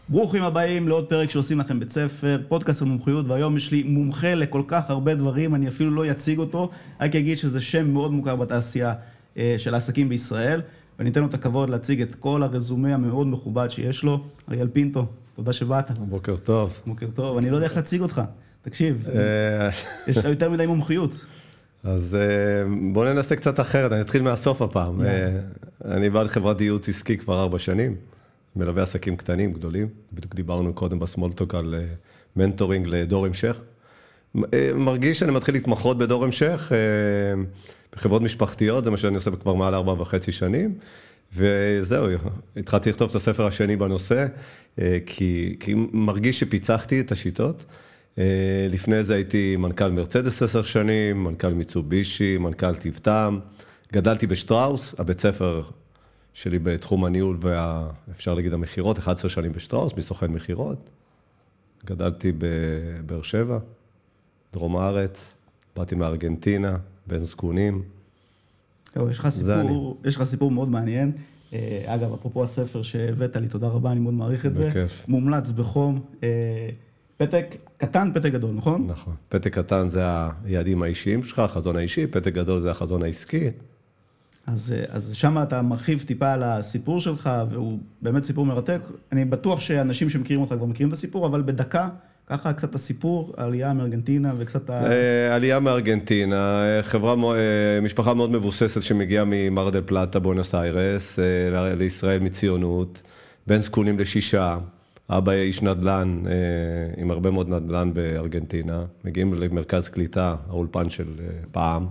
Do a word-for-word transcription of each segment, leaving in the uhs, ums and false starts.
ברוכים הבאים לעוד פרק שעושים לכם בית ספר, פודקאסט המומחיות, והיום יש לי מומחה לכל כך הרבה דברים, אני אפילו לא אציג אותו, רק אגיד שזה שם מאוד מוכר בתעשייה של העסקים בישראל, ואני אתן לו את הכבוד להציג את כל הרזומה המאוד מכובד שיש לו. אריאל פינטו, תודה שבאת. בוקר טוב. בוקר טוב, אני לא יודע איך להציג אותך, תקשיב, יש לך יותר מדי מומחיות. אז בואו ננסה קצת אחרת, אני אתחיל מהסוף הפעם. אני בעל חברת ייעוץ עסקי כבר ארבע שנים, מלווה עסקים קטנים, גדולים. בדיוק דיברנו קודם בסמולטוק על מנטורינג לדור המשך. מרגיש שאני מתחיל להתמחות בדור המשך, בחברות משפחתיות, זה מה שאני עושה כבר מעל ארבע וחצי שנים. וזהו, התחלתי לכתוב את הספר השני בנושא, כי, כי מרגיש שפיצחתי את השיטות. לפני זה הייתי מנכ"ל מרצדס עשר שנים, מנכ"ל מיצובישי, מנכ"ל טיבטם. גדלתי בשטראוס, הבית ספר שלי בתחום הניהול ואפשר להגיד המחירות, אחת עשרה שנים בשטראוס, מסוכן מחירות. גדלתי בבאר שבע, דרום הארץ, באתי מארגנטינה, בן זקונים. יש לך סיפור, יש לך סיפור מאוד מעניין. אגב, אפרופו הספר שהבאת לי, תודה רבה, אני מאוד מעריך את זה. בכיף. מומלץ בחום. פתק קטן, פתק גדול, נכון? נכון. פתק קטן זה היעדים האישיים שלך, החזון האישי, פתק גדול זה החזון העסקי. אז, אז שם אתה מרחיב טיפה על הסיפור שלך, והוא באמת סיפור מרתק. אני בטוח שאנשים שמכירים אותך כבר מכירים את הסיפור, אבל בדקה, ככה קצת הסיפור, העלייה מארגנטינה וקצת ה... עלייה מארגנטינה, חברה, משפחה מאוד מבוססת שמגיעה ממר דל פלטה, בואנוס איירס, לישראל מציונות, בין זקונים לשישה, אבא איש נדל"ן, עם הרבה מאוד נדל"ן בארגנטינה, מגיעים למרכז קליטה, האולפן של פעם,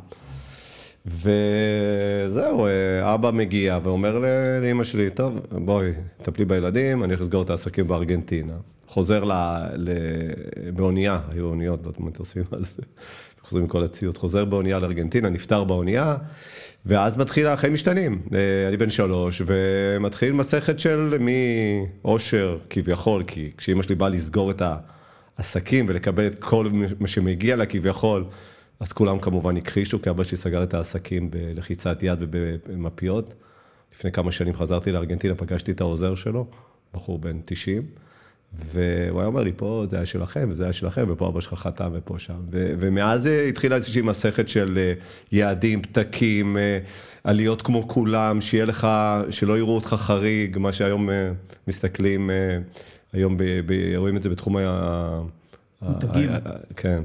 וזהו, אבא מגיע ואומר לאמא שלי, טוב, בואי, טפלי בילדים, אני אסגור את העסקים בארגנטינה. חוזר באונייה, היו אוניות, לא יודעת מה עושים אז, חוזרים עם כל הציוד, חוזר באונייה לארגנטינה, נפטר באונייה, ואז מתחיל, החיים משתנים. אני בן שלוש, ומתחיל מסכת של מאושר, כביכול, כי כשאמא שלי באה לסגור את העסקים ולקבל את כל מה שמגיע לה כביכול, אז כולם כמובן הכחישו, כי אבא שלי סגר את העסקים בלחיצת יד ובמפיות. לפני כמה שנים חזרתי לארגנטינה, פגשתי את העוזר שלו, בחור בן תשעים, והוא היה אומר לי, פה זה היה שלכם, וזה היה שלכם, ופה אבא שלך חתם, ופה שם. ומאז התחילה איזושהי מסכת של יעדים, פתקים, עליות כמו כולם, שיהיה לך, שלא יראו אותך חריג, מה שהיום מסתכלים, היום רואים את זה בתחום ה... מותגים. כן.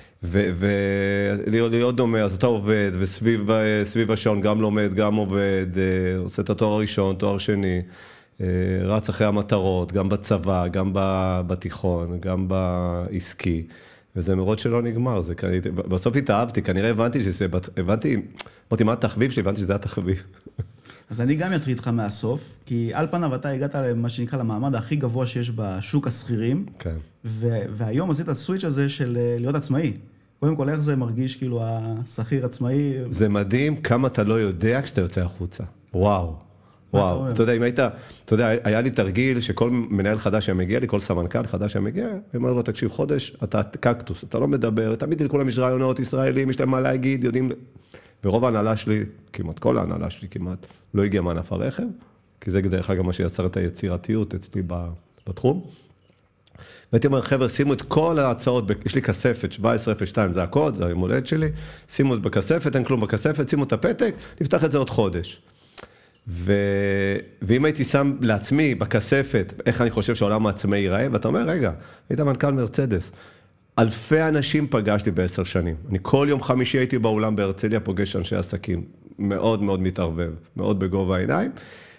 ולהיות דומה, אז אתה עובד, וסביב השעון גם לומד, גם עובד, עושה את התואר הראשון, תואר שני, רץ אחרי המטרות, גם בצבא, גם בתיכון, גם בעסקי, וזה מראות שלא נגמר, זה, בסוף התאהבתי, כנראה הבנתי שזה, הבנתי, אמרתי, מה התחביב שלי? הבנתי שזה התחביב. אז אני גם אתחיל איתך מהסוף, כי על פניו אתה הגעת למה שנקרא למעמד הכי גבוה שיש בשוק השכירים, כן. והיום עשית הסוויץ' הזה של להיות עצמאי. קודם כל, איך זה מרגיש כאילו השכיר עצמאי? זה מדהים כמה אתה לא יודע כשאתה יוצא החוצה. וואו. וואו, אתה יודע, אם היית, אתה יודע, היה לי תרגיל שכל מנהל חדש שמגיע לי, כל סמנכ"ל חדש שמגיע, ואומר לו, תקשיב, חודש, אתה קקטוס, אתה לא מדבר, תמיד לכולם יש רעיונות ישראלים, יש להם מה להגיד, יודעים, ורוב ההנהלה שלי, כמעט כל ההנהלה שלי כמעט, לא הגיע מענף הרכב, כי זה דרך אגב מה שיצר את היצירתיות אצלי בתחום. והייתי אומר, חבר'ה, שימו את כל ההצעות, יש לי כספת, שבע עשרה אפס שתיים, זה הקוד, זה המולדת שלי, שימו את בכספת, אין כלום בכספת, שימו את הפתק, נפתח את זה עוד חודש. ו... ואם הייתי שם לעצמי בכספת, איך אני חושב שהעולם העצמאי ייראה, ואתה אומר, רגע, היית מנכ"ל מרצדס, אלפי אנשים פגשתי בעשר שנים, אני כל יום חמישי הייתי באולם בהרצליה, פוגש אנשי עסקים, מאוד מאוד מתערבב, מאוד בגובה העיניים,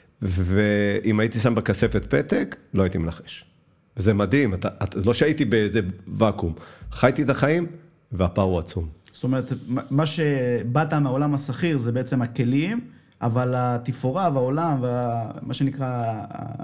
ואם הייתי שם בכספת פתק, לא הייתי מנחש. וזה מדהים, אתה, אתה, לא שהייתי באיזה ואקום, חייתי את החיים, והפער הוא עצום. זאת אומרת, מה שבאת מהעולם השכיר זה בעצם הכלים, אבל התפאורה והעולם, ומה שנקרא,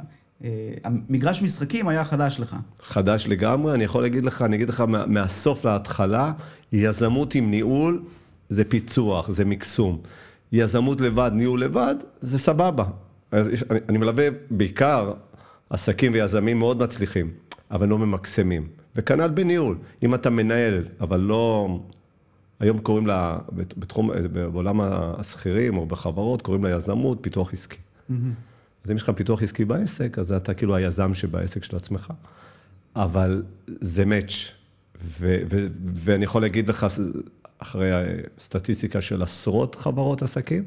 המגרש משחקים היה חדש לך. חדש לגמרי, אני יכול להגיד לך, אני אגיד לך מהסוף להתחלה, יזמות עם ניהול, זה פיצוח, זה מקסום. יזמות לבד, ניהול לבד, זה סבבה. אני, אני מלווה בעיקר עסקים ויזמים מאוד מצליחים, אבל לא ממקסמים. וכנ"ל בניהול, אם אתה מנהל, אבל לא... היום קוראים לה, בתחום, בעולם השכירים או בחברות, קוראים לה יזמות, פיתוח עסקי. אז אם יש לך פיתוח עסקי בעסק, אז אתה כאילו היזם שבעסק של עצמך. אבל זה מאץ', ו- ו- ואני יכול להגיד לך, אחרי הסטטיסטיקה של עשרות חברות עסקים,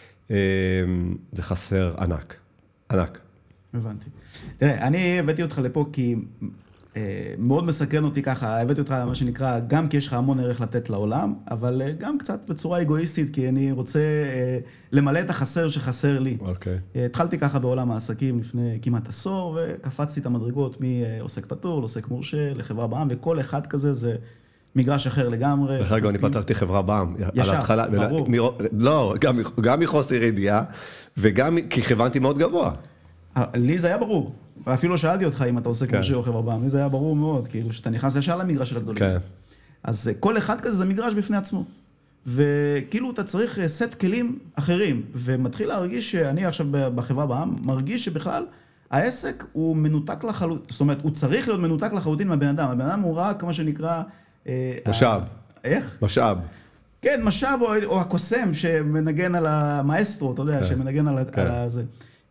זה חסר ענק, ענק. הבנתי. תראה, אני הבאתי אותך לפה כי מאוד מסקרן אותי ככה, הבאתי אותך מה שנקרא, גם כי יש לך המון ערך לתת לעולם, אבל גם קצת בצורה אגואיסטית, כי אני רוצה למלא את החסר שחסר לי. אוקיי. התחלתי ככה בעולם העסקים לפני כמעט עשור, וקפצתי את המדרגות מעוסק פטור, לעוסק מורשה, לחברה בע"מ, וכל אחד כזה זה מגרש אחר לגמרי. דרך אגב, אני פתחתי חברה בע"מ. ישר, ברור. לא, גם מחוסר ידיעה, וגם כי כיוונתי מאוד גבוה. לי זה היה ברור. אפילו שאלתי אותך אם אתה עוסק מורשה או חברה בע"מ, לי זה היה ברור מאוד, כאילו שאתה נכנס ישר למגרש של הגדולים. כן. אז כל אחד כזה זה מגרש בפני עצמו. וכאילו אתה צריך סט כלים אחרים, ומתחיל להרגיש שאני עכשיו בחברה בע"מ, מרגיש שבכלל העסק הוא מנותק לחלוטין, זאת אומרת, הוא צריך להיות מנותק לחלוטין מהבן אדם. הבן אדם הוא רק מה שנקרא... משאב. איך? משאב. כן, משאב או הקוסם שמנגן על המאסטרו, אתה יודע, שמנגן על זה.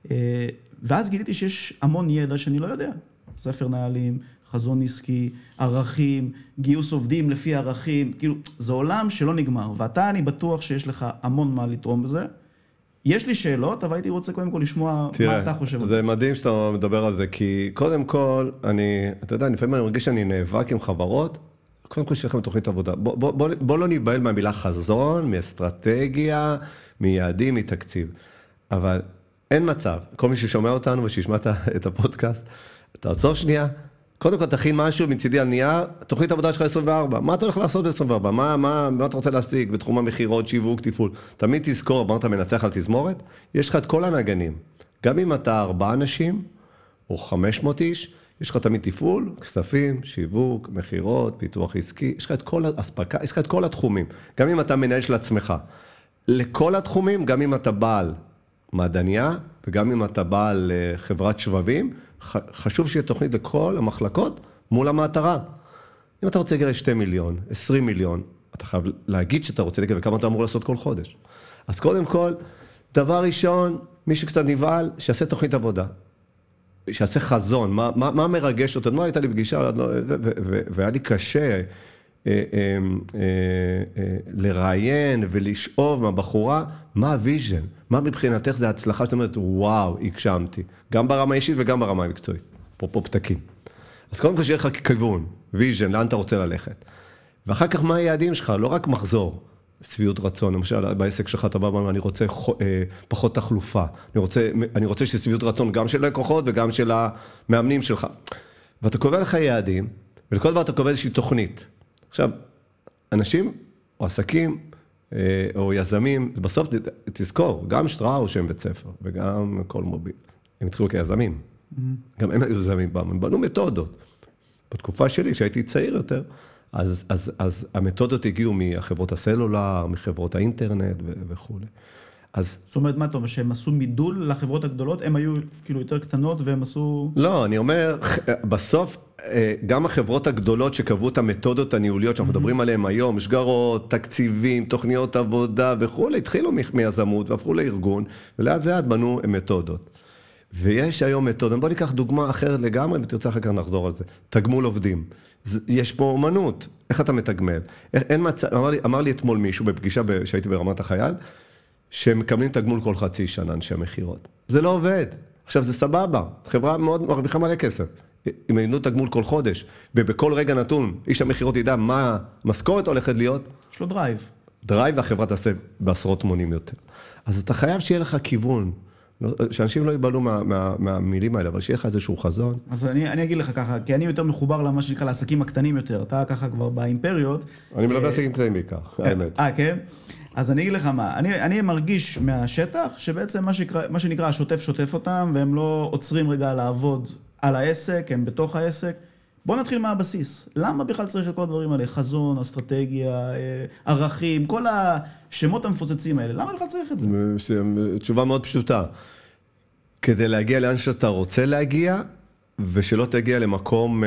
ואז גיליתי שיש המון ידע שאני לא יודע. ספר נהלים, חזון עסקי, ערכים, גיוס עובדים לפי ערכים, כאילו, זה עולם שלא נגמר. ואתה, אני בטוח שיש לך המון מה לתרום בזה. יש לי שאלות, אבל הייתי רוצה קודם כל לשמוע תראה, מה אתה חושב. זה מדהים שאתה מדבר על זה, כי קודם כל, אני, אתה יודע, לפעמים אני מרגיש שאני נאבק עם חברות, קודם כל שיש לכם תוכנית עבודה. בוא, בוא, בוא, בוא לא ניבהל מהמילה חזון, מאסטרטגיה, מיעדים, מתקציב. אבל אין מצב. כל מי ששומע אותנו ושישמע את הפודקאסט, תעצור שנייה. קודם כל תכין משהו מצידי על נייר, תוכנית עבודה שלך עשרים וארבע. מה אתה הולך לעשות ב-עשרים וארבע? מה, מה, מה אתה רוצה להשיג בתחום המחירות, שיווק, תפעול? תמיד תזכור, אמרת מנצח על תזמורת, יש לך את כל הנגנים. גם אם אתה ארבעה אנשים או חמש מאות איש, יש לך תמיד תפעול, כספים, שיווק, מחירות, פיתוח עסקי, יש לך את כל הספקה, יש לך את כל התחומים. גם אם אתה מנהל של עצמך. לכל התחומים, גם אם אתה בעל מעדניה, וגם אם אתה בעל חברת שבבים, חשוב שיהיה תוכנית לכל המחלקות מול המטרה. אם אתה רוצה להגיע לשתי מיליון, עשרים מיליון, אתה חייב להגיד שאתה רוצה להגיע וכמה אתה אמור לעשות כל חודש. אז קודם כל, דבר ראשון, מי שקצת נבעל, שיעשה תוכנית עבודה. שיעשה חזון, מה, מה, מה מרגש אותו? מה הייתה לי פגישה, והיה לי קשה לראיין ולשאוב מהבחורה, מה הוויז'ן? מה מבחינתך זה הצלחה שאתה אומרת, וואו, הגשמתי. גם ברמה האישית וגם ברמה המקצועית. פה פה פתקים. אז קודם כל שיהיה לך כיוון, ויז'ן, לאן אתה רוצה ללכת. ואחר כך מה היעדים שלך? לא רק מחזור, שביעות רצון. למשל, בעסק שלך אתה בא ואומר, אני רוצה פחות תחלופה. אני רוצה, אני רוצה ששביעות רצון גם של לקוחות וגם של המאמנים שלך. ואתה קובע לך יעדים, ולכל דבר אתה קובע איזושהי תוכנית. עכשיו, אנשים או עסקים או יזמים, בסוף תזכור, גם שטראוס שהם בית ספר, וגם כל מוביל, הם התחילו כיזמים. גם הם היו יזמים פעם, הם בנו מתודות. בתקופה שלי, שהייתי צעיר יותר, אז, אז, אז המתודות הגיעו מחברות הסלולר, מחברות האינטרנט וכו'. אז... זאת אומרת, מה אתה אומר, שהם עשו מידול לחברות הגדולות, הם היו כאילו יותר קטנות והם עשו... לא, אני אומר, בסוף, גם החברות הגדולות שקבעו את המתודות הניהוליות, שאנחנו מדברים עליהן היום, שגרות, תקציבים, תוכניות עבודה וכו', התחילו מיזמות והפכו לארגון, ולאט לאט בנו מתודות. ויש היום מתודות, בוא ניקח דוגמה אחרת לגמרי, ותרצה אחר כך נחזור על זה. תגמול עובדים. יש פה אומנות, איך אתה מתגמל? אין מצב, אמר לי, אמר לי אתמול מישהו בפגישה שהייתי ברמת החייל, שמקבלים תגמול כל חצי שנה, אנשי המחירות. זה לא עובד. עכשיו, זה סבבה. חברה מאוד מרוויחה מלא כסף. אם ייתנו תגמול כל חודש, ובכל רגע נתון, איש המחירות ידע מה המשכורת הולכת להיות. יש לו דרייב. דרייב, והחברה תעשה בעשרות מונים יותר. אז אתה חייב שיהיה לך כיוון. שאנשים לא ייבלו מה, מה, מהמילים האלה, אבל שיהיה לך איזשהו חזון. אז אני, אני אגיד לך ככה, כי אני יותר מחובר למה שנקרא לעסקים הקטנים יותר. אתה ככה כבר באימפריות. אני מלווה עסקים קטנים בעיקר, האמת. אה, כן? אז אני אגיד לך מה, אני, אני מרגיש מהשטח שבעצם מה שנקרא, מה שנקרא השוטף שוטף אותם, והם לא עוצרים רגע לעבוד על העסק, הם בתוך העסק. בוא נתחיל מהבסיס. למה בכלל צריך את כל הדברים האלה? חזון, אסטרטגיה, ערכים, כל השמות המפוצצים האלה. למה בכלל צריך את זה? תשובה מאוד פשוטה. כדי להגיע לאן שאתה רוצה להגיע, ושלא תגיע למקום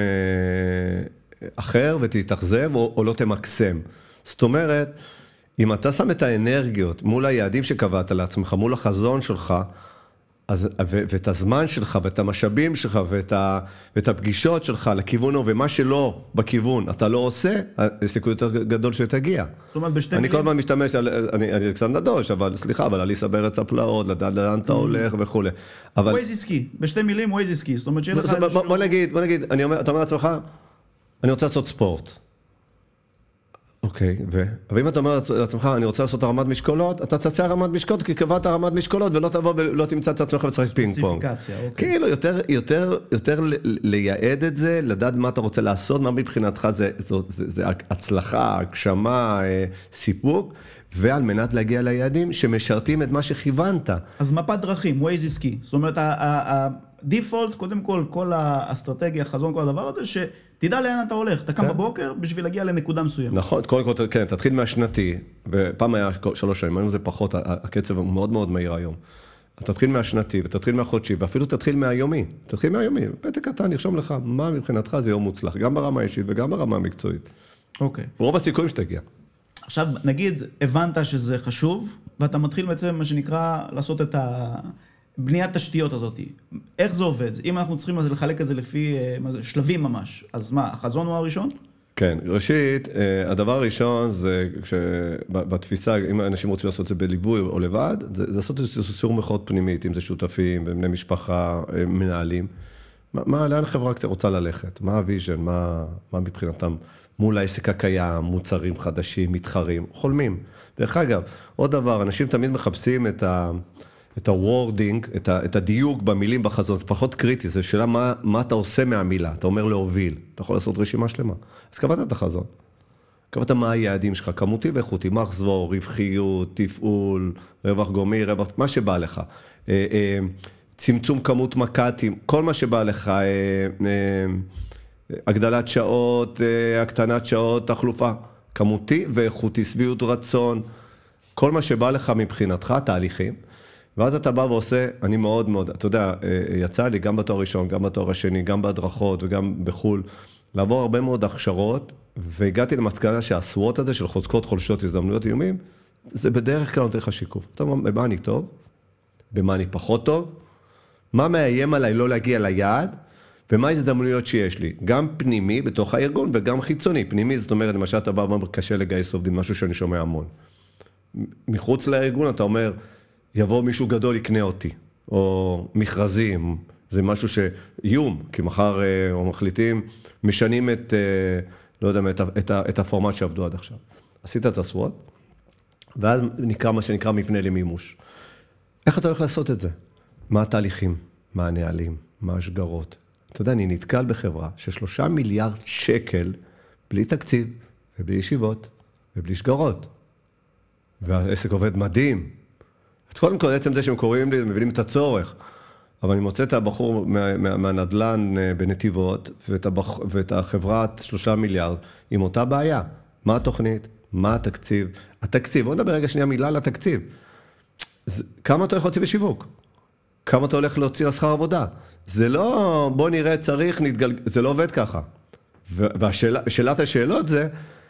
אחר ותתאכזב, או, או לא תמקסם. זאת אומרת, אם אתה שם את האנרגיות מול היעדים שקבעת לעצמך, מול החזון שלך, אז, ו, ואת הזמן שלך, ואת המשאבים שלך, ואת, ה, ואת הפגישות שלך לכיוון, ומה שלא בכיוון, אתה לא עושה, יש סיכוי יותר גדול שתגיע. זאת אומרת, בשתי אני מילים... כל הזמן משתמש, אני, אני קצת נדוש, אבל סליחה, אבל עלי סבר את הפלאות, לדעת לאן אתה הולך וכו'. אבל... ווייז עסקי, בשתי מילים ווייז עסקי, זאת אומרת שאין לך איזשהו... בוא נגיד, בוא נגיד, אני אומר, אתה אומר לעצמך, אני רוצה לעשות ספורט. אוקיי, ו... אבל אם אתה אומר לעצמך, אני רוצה לעשות הרמת משקולות, אתה תעשה הרמת משקולות, כי קבעת הרמת משקולות, ולא תבוא ולא תמצא את עצמך וצריך פינג פונג. ספציפיקציה, אוקיי. כאילו, יותר, יותר, יותר לייעד את זה, לדעת מה אתה רוצה לעשות, מה מבחינתך זה, זה, זה, זה הצלחה, הגשמה, סיפוק, ועל מנת להגיע ליעדים שמשרתים את מה שכיוונת. אז מפת דרכים, ווייז עסקי. זאת אומרת, הדיפולט, קודם כל, כל האסטרטגיה, חזון, כל הדבר הזה, שתדע לאן אתה הולך. אתה קם בבוקר בשביל להגיע לנקודה מסוימת. נכון, קודם כל, כן, תתחיל מהשנתי, ופעם היה שלוש שנים, היום זה פחות, הקצב הוא מאוד מאוד מהיר היום. תתחיל מהשנתי, ותתחיל מהחודשי, ואפילו תתחיל מהיומי. תתחיל מהיומי, פתק קטן, נרשום לך מה מבחינתך זה יום מוצלח, גם ברמה האישית וגם ברמה המקצועית. אוקיי. רוב הסיכויים שתגיע. עכשיו, נגיד, הבנת שזה חשוב, ואתה מתחיל בעצם, מה שנקרא, לעשות את הבניית תשתיות הזאת. איך זה עובד? אם אנחנו צריכים לחלק את זה לפי מה זה, שלבים ממש, אז מה, החזון הוא הראשון? כן, ראשית, הדבר הראשון זה, בתפיסה, אם אנשים רוצים לעשות את זה בליווי או לבד, זה לעשות את זה סיור מוחות פנימית, אם זה שותפים, בני משפחה, מנהלים. מה, לאן חברה קצת רוצה ללכת? מה הוויז'ן? מה, מה מבחינתם? מול העסק הקיים, מוצרים חדשים, מתחרים, חולמים. דרך אגב, עוד דבר, אנשים תמיד מחפשים את ה... את הוורדינג, את, ה, את הדיוק במילים בחזון, זה פחות קריטי, זה שאלה מה, מה אתה עושה מהמילה, אתה אומר להוביל, אתה יכול לעשות רשימה שלמה. אז קבעת את החזון, קבעת מה היעדים שלך, כמותי ואיכותי, מחזור, רווחיות, תפעול, רווח גומי, רווח, מה שבא לך, אה, אה, צמצום כמות מקטים, כל מה שבא לך, אה, אה, הגדלת שעות, אה, הקטנת שעות, תחלופה, כמותי ואיכותי, סביעות רצון, כל מה שבא לך מבחינתך, תהליכים, ואז אתה בא ועושה, אני מאוד מאוד, אתה יודע, יצא לי גם בתואר ראשון, גם בתואר השני, גם בהדרכות וגם בחול, לעבור הרבה מאוד הכשרות, והגעתי למסקנה שהסוואט הזה של חוזקות, חולשות, הזדמנויות, איומים, זה בדרך כלל נותן לך שיקוף. אתה אומר, במה אני טוב? במה אני פחות טוב? מה מאיים עליי לא להגיע ליעד? ומה ההזדמנויות שיש לי? גם פנימי בתוך הארגון וגם חיצוני. פנימי, זאת אומרת, למשל אתה בא ואומר, קשה לגייס עובדים, משהו שאני שומע המון. מחוץ לארגון אתה אומר, יבוא מישהו גדול יקנה אותי, או מכרזים, זה משהו שאיום, כי מחר או מחליטים, משנים את, לא יודע, את, את, את הפורמט שעבדו עד עכשיו. עשית את הסוואט, ואז נקרא מה שנקרא מבנה למימוש. איך אתה הולך לעשות את זה? מה התהליכים? מה הנהלים? מה השגרות? אתה יודע, אני נתקל בחברה ששלושה מיליארד שקל בלי תקציב, ובלי ישיבות, ובלי שגרות. והעסק עובד מדהים. אז קודם כל, עצם זה שהם קוראים לי, הם מבינים את הצורך. אבל אני מוצא את הבחור מה, מה, מהנדלן בנתיבות, ואת, הבח, ואת החברת שלושה מיליארד, עם אותה בעיה. מה התוכנית? מה התקציב? התקציב, בוא נדבר רגע שנייה מילה על התקציב. זה, כמה אתה הולך להוציא בשיווק? כמה אתה הולך להוציא לשכר עבודה? זה לא, בוא נראה, צריך, נתגל... זה לא עובד ככה. ושאלת השאלות זה,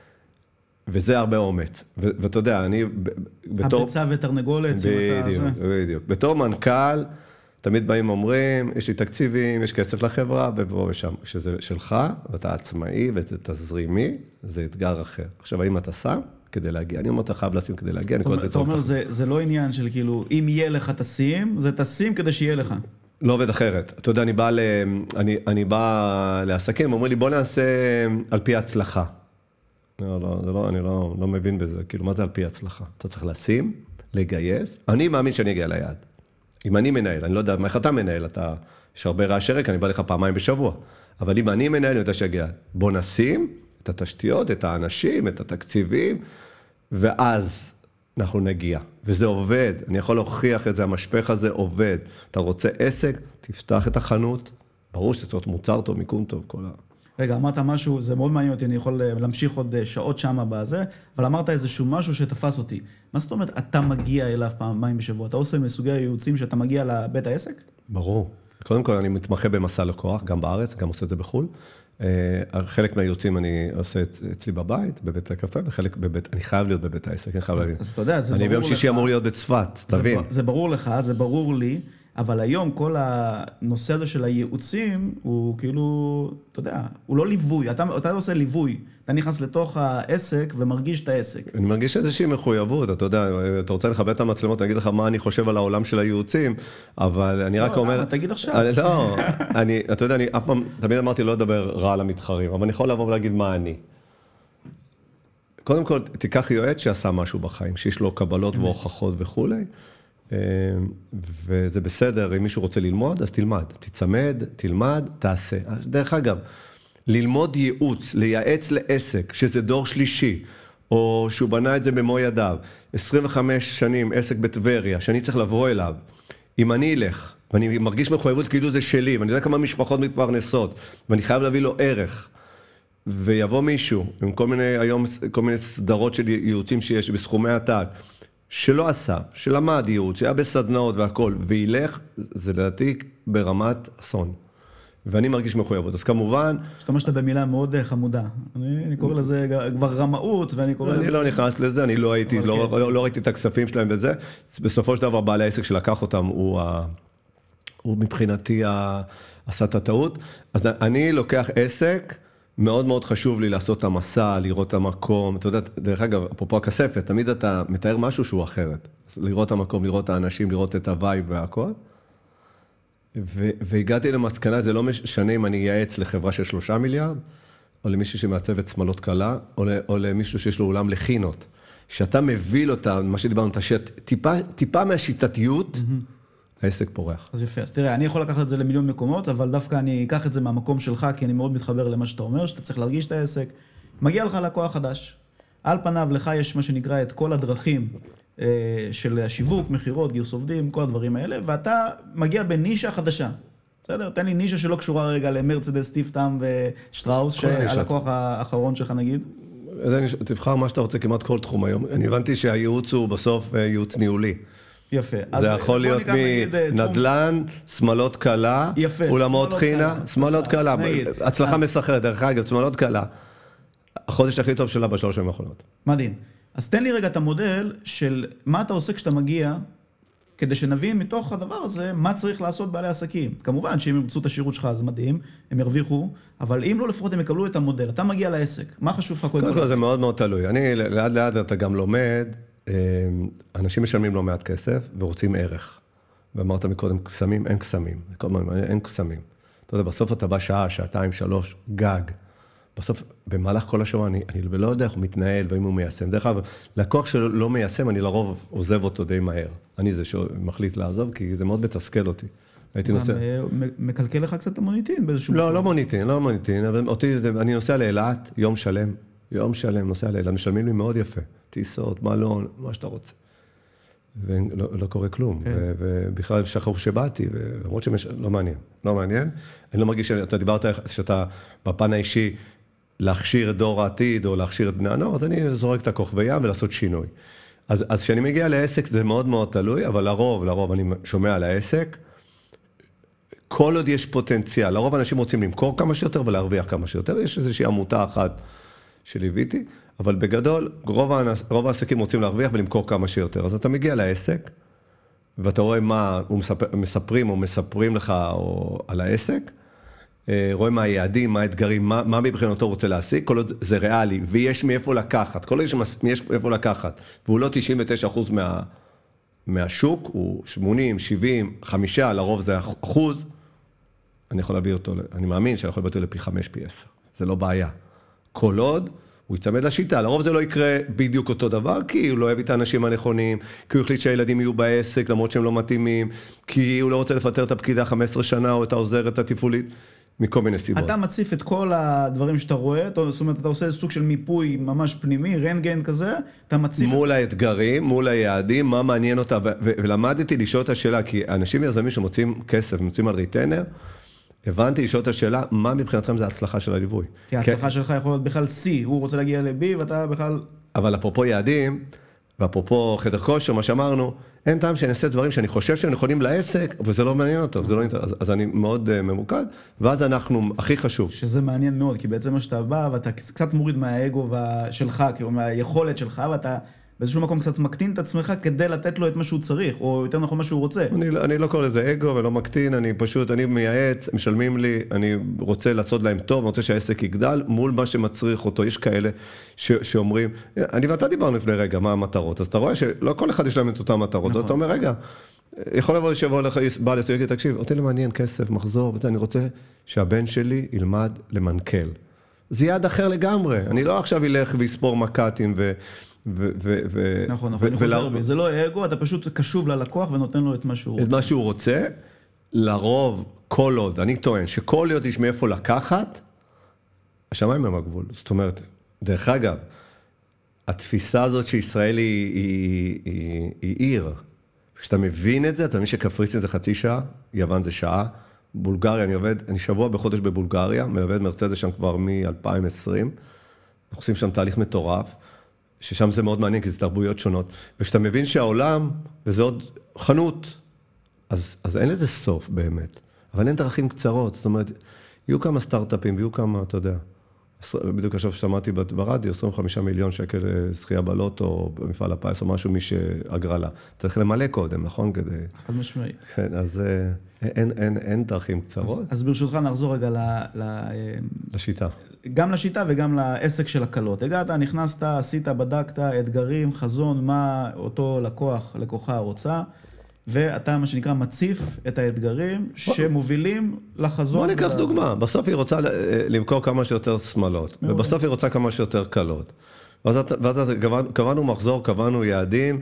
וזה הרבה אומץ. ו- ואתה יודע, אני בתור... הביצה ותרנגולת, בדיוק, בדיוק. בתור מנכ"ל, תמיד באים אומרים, יש לי תקציבים, יש כסף לחברה, ובוא ושם. כשזה שלך, ואתה עצמאי, וזה תזרימי, זה אתגר אחר. עכשיו, האם אתה שם כדי להגיע? אני אומר, אתה חייב לשים כדי להגיע. אתה אומר, זה, זה לא עניין של כאילו, אם יהיה לך תשים, זה תשים כדי שיהיה לך. לא עובד אחרת. אתה יודע, אני בא, ל... אני, אני בא לעסקים, אומר לי, בוא נעשה על פי ההצלחה. לא, לא, זה לא, אני לא, לא מבין בזה. כאילו, מה זה על פי ההצלחה? אתה צריך לשים, לגייס. אני מאמין שאני אגיע ליעד. אם אני מנהל, אני לא יודע, מה איך אתה מנהל? אתה, יש הרבה רעשי רקע, אני בא לך פעמיים בשבוע. אבל אם אני מנהל, אני יודע שיגיע. בוא נשים את התשתיות, את האנשים, את התקציבים, ואז אנחנו נגיע. וזה עובד. אני יכול להוכיח את זה, המשפך הזה עובד. אתה רוצה עסק, תפתח את החנות. ברור שזה צריך מוצר טוב, מיקום טוב, כל ה... רגע, אמרת משהו, זה מאוד מעניין אותי, אני יכול להמשיך עוד שעות שמה בזה, אבל אמרת איזשהו משהו שתפס אותי. מה זאת אומרת, אתה מגיע אליו פעמיים בשבוע? אתה עושה מסוגי הייעוצים שאתה מגיע לבית העסק? ברור. קודם כל, אני מתמחה במסע לקוח, גם בארץ, גם עושה את זה בחול. חלק מהייעוצים אני עושה אצלי בבית, בבית הקפה, וחלק בבית, אני חייב להיות בבית העסק, אני חייב להבין. אז אתה יודע, זה ברור לך. אני ביום שישי אמור להיות בצפת, תבין. זה ברור לך, זה ברור לי, אבל היום כל הנושא הזה של הייעוצים, הוא כאילו, אתה יודע, הוא לא ליווי, אתה, אתה עושה ליווי, אתה נכנס לתוך העסק ומרגיש את העסק. אני מרגיש איזושהי מחויבות, אתה יודע, אתה רוצה לכבד את המצלמות, אני אגיד לך מה אני חושב על העולם של הייעוצים, אבל אני רק אומר... לא, תגיד עכשיו. לא, אני, אתה יודע, אני אף פעם, תמיד אמרתי לא לדבר רע על המתחרים, אבל אני יכול לבוא ולהגיד מה אני. קודם כל, תיקח יועץ שעשה משהו בחיים, שיש לו קבלות והוכחות וכולי, וזה בסדר, אם מישהו רוצה ללמוד, אז תלמד, תצמד, תלמד, תעשה. דרך אגב, ללמוד ייעוץ, לייעץ לעסק, שזה דור שלישי, או שהוא בנה את זה במו ידיו, עשרים וחמש שנים עסק בטבריה, שאני צריך לבוא אליו, אם אני אלך, ואני מרגיש מחויבות כאילו זה שלי, ואני יודע כמה משפחות מתפרנסות, ואני חייב להביא לו ערך, ויבוא מישהו, עם כל מיני, היום, כל מיני סדרות של ייעוצים שיש בסכומי עתק, שלא עשה, שלמד ייעוץ, שהיה בסדנאות והכל, וילך, זה לדעתי ברמת אסון. ואני מרגיש מחויבות. אז כמובן... השתמשת במילה מאוד חמודה. אני, אני קורא לזה כבר רמאות, ואני קורא אני לזה... לא נכנס לזה, אני לא הייתי, לא, כן. לא, לא ראיתי את הכספים שלהם בזה. בסופו של דבר, בעלי העסק שלקח אותם, הוא, ה, הוא מבחינתי ה, עשה את הטעות. אז אני לוקח עסק, מאוד מאוד חשוב לי לעשות את המסע, לראות את המקום. אתה יודע, דרך אגב, אפרופו הכספת, תמיד אתה מתאר משהו שהוא אחרת. לראות את המקום, לראות את האנשים, לראות את הווייב והכל. ו- והגעתי למסקנה, זה לא משנה אם אני אייעץ לחברה של שלושה מיליארד, או למישהו שמעצבת שמלות קלה, או, ל- או למישהו שיש לו אולם לחינות. שאתה מביא לו את מה שדיברנו, את השט, טיפה, טיפה מהשיטתיות, mm-hmm. העסק פורח. אז יפה, אז תראה, אני יכול לקחת את זה למיליון מקומות, אבל דווקא אני אקח את זה מהמקום שלך, כי אני מאוד מתחבר למה שאתה אומר, שאתה צריך להרגיש את העסק. מגיע לך לקוח חדש. על פניו, לך יש מה שנקרא את כל הדרכים, של השיווק, מחירות, גיוס עובדים, כל הדברים האלה, ואתה מגיע בנישה חדשה. בסדר? תן לי נישה שלא קשורה רגע למרצדס, טיפטם ושטראוס, שהלקוח האחרון שלך נגיד. תבחר מה שאתה רוצה כמעט כל תחום היום. אני הבנתי שהייעוץ הוא בסוף ייעוץ ניהולי. יפה. זה יכול להיות מנדלן, שמלות קלה, אולמות חינה, שמלות קלה. הצלחה מסחררת, דרך אגב, שמלות קלה. החודש הכי טוב שלה בשלוש שנים האחרונות. מדהים. אז תן לי רגע את המודל של מה אתה עושה כשאתה מגיע, כדי שנבין מתוך הדבר הזה מה צריך לעשות בעלי עסקים. כמובן שאם ימצאו את השירות שלך זה מדהים, הם ירוויחו, אבל אם לא לפחות הם יקבלו את המודל, אתה מגיע לעסק, מה חשוב לך קודם כל? קודם כל זה מאוד מאוד תלוי. אני לאט לאט אתה גם לומד, אנשים משלמים לא מעט כסף ורוצים ערך. ואמרת מקודם, קסמים, אין קסמים. אין קסמים. אתה יודע, בסוף אתה בא שעה, שעתיים, שלוש, גג. בסוף, במהלך כל השבוע, אני, אני לא יודע איך הוא מתנהל ואם הוא מיישם. דרך אגב, לקוח שלא לא מיישם, אני לרוב עוזב אותו די מהר. אני זה שמחליט לעזוב, כי זה מאוד מתסכל אותי. הייתי נוסע... מקלקל לך קצת המוניטין באיזשהו... לא, לא מוניטין, לא מוניטין, אבל אותי, אני נוסע לאילת, יום שלם, יום שלם, נוסע לאילת, משלמים לי מאוד יפה. טיסות, מלון, מה שאתה רוצה. ולא לא קורה כלום. Okay. ובכלל שכחו שבאתי, ולמרות שלא מעניין, לא מעניין. אני לא מרגיש שאתה דיברת שאתה בפן האישי, להכשיר את דור העתיד, או להכשיר את בני הנוער, אז אני זורק את הכוכביה ולעשות שינוי. אז, אז כשאני מגיע לעסק, זה מאוד מאוד תלוי, אבל לרוב, לרוב אני שומע על העסק, כל עוד יש פוטנציאל, לרוב אנשים רוצים למכור כמה שיותר ולהרוויח כמה שיותר, יש איזושהי עמותה אחת שליוויתי, אבל בגדול, רוב, רוב העסקים רוצים להרוויח ולמכור כמה שיותר. אז אתה מגיע לעסק, ואתה רואה מה מספר, מספרים או מספרים לך או, על העסק, רואה מה היעדים, מה האתגרים, מה, מה מבחינתו רוצה להשיג, כל עוד זה ריאלי, ויש מאיפה לקחת, כל עוד יש מאיפה לקחת, והוא לא תשעים ותשעה אחוז מה, מהשוק, הוא שמונים, שבעים, חמישה, לרוב זה אחוז, אני יכול להביא אותו, אני מאמין שאני יכול להביא אותו לפי חמש, פי עשר, זה לא בעיה. כל עוד הוא יצמד לשיטה, לרוב זה לא יקרה בדיוק אותו דבר, כי הוא לא אוהב את האנשים הנכונים, כי הוא החליט שהילדים יהיו בעסק, למרות שהם לא מתאימים, כי הוא לא רוצה לפטר את הפקידה חמש עשרה שנה, או את העוזרת הטיפולית, מכל מיני סיבות. אתה מציף את כל הדברים שאתה רואה, זאת אומרת, אתה עושה סוג של מיפוי ממש פנימי, רנטגן כזה, אתה מציף... מול האתגרים, מול היעדים, מה מעניין אותה, ולמדתי לשאול את השאלה, כי אנשים יזמים שמוצאים כסף, מוצאים על ריטנר, הבנתי לשאול את השאלה, מה מבחינתכם זה ההצלחה של הליווי? כי ההצלחה שלך יכול להיות בכלל C, הוא רוצה להגיע ל-B ואתה בכלל... אבל אפרופו יעדים, ואפרופו חדר כושר, מה שאמרנו, אין טעם שאני אעשה דברים שאני חושב שהם נכונים לעסק, וזה לא מעניין אותו, זה לא, אז, אז אני מאוד uh, ממוקד, ואז אנחנו, הכי חשוב. שזה מעניין מאוד, כי בעצם מה שאתה בא, ואתה קצת מוריד מהאגו שלך, כאילו מהיכולת שלך, ואתה באיזשהו מקום קצת מקטין את עצמך כדי לתת לו את מה שהוא צריך, או יותר נכון מה שהוא רוצה. אני, אני לא קורא לזה אגו ולא מקטין, אני פשוט, אני מייעץ, משלמים לי, אני רוצה לעשות להם טוב, אני רוצה שהעסק יגדל מול מה שמצריך אותו. יש כאלה ש, שאומרים, אני ואתה דיברנו לפני רגע, מה המטרות? אז אתה רואה שלא כל אחד יש להם את אותם מטרות, נכון. אתה אומר, רגע, יכול לבוא שיבוא לך, בא לסויקי, תקשיב, אותי למעניין כסף, מחזור, ואני רוצה שהבן שלי ילמד למנכ"ל. זה יעד אחר לגמרי, אני לא עכשיו ילך ויספור מקטים ו... ו- ו- ו- נכון, נכון, אני חוזר בי, זה לא אגו, אתה פשוט קשוב ללקוח ונותן לו את מה שהוא רוצה. את מה שהוא רוצה, לרוב, כל עוד, אני טוען, שכל עוד יש מאיפה לקחת, השמיים הם הגבול. זאת אומרת, דרך אגב, התפיסה הזאת שישראל היא, היא, היא, היא עיר, כשאתה מבין את זה, אתה מבין שקפריסין זה חצי שעה, יוון זה שעה, בולגריה, אני עובד, אני שבוע בחודש בבולגריה, מלווה את מרצדס שם כבר מ-אלפיים ועשרים, אנחנו עושים שם תהליך מטורף, ששם זה מאוד מעניין, כי זה תרבויות שונות, וכשאתה מבין שהעולם, וזה עוד חנות, אז, אז אין לזה סוף באמת, אבל אין דרכים קצרות, זאת אומרת, יהיו כמה סטארט-אפים, ויהיו כמה, אתה יודע, בדיוק עכשיו שמעתי ברדיו, עשרים וחמישה מיליון שקל זכייה בלוטו, או במפעל הפיס, או משהו, מי שהגרלה. צריך למלא קודם, נכון? כדי... חד משמעית. כן, אז אין, אין, אין דרכים קצרות. אז, אז ברשותך נחזור רגע ל... ל... לשיטה. גם לשיטה וגם לעסק של הקלות. הגעת, נכנסת, עשית, בדקת, אתגרים, חזון, מה אותו לקוח, לקוחה רוצה, ואתה, מה שנקרא, מציף את האתגרים שמובילים לחזון. בוא ניקח דוגמה. בסוף היא רוצה למכור כמה שיותר שמלות, ובסוף היא רוצה כמה שיותר קלות. ואז קבענו מחזור, קבענו יעדים,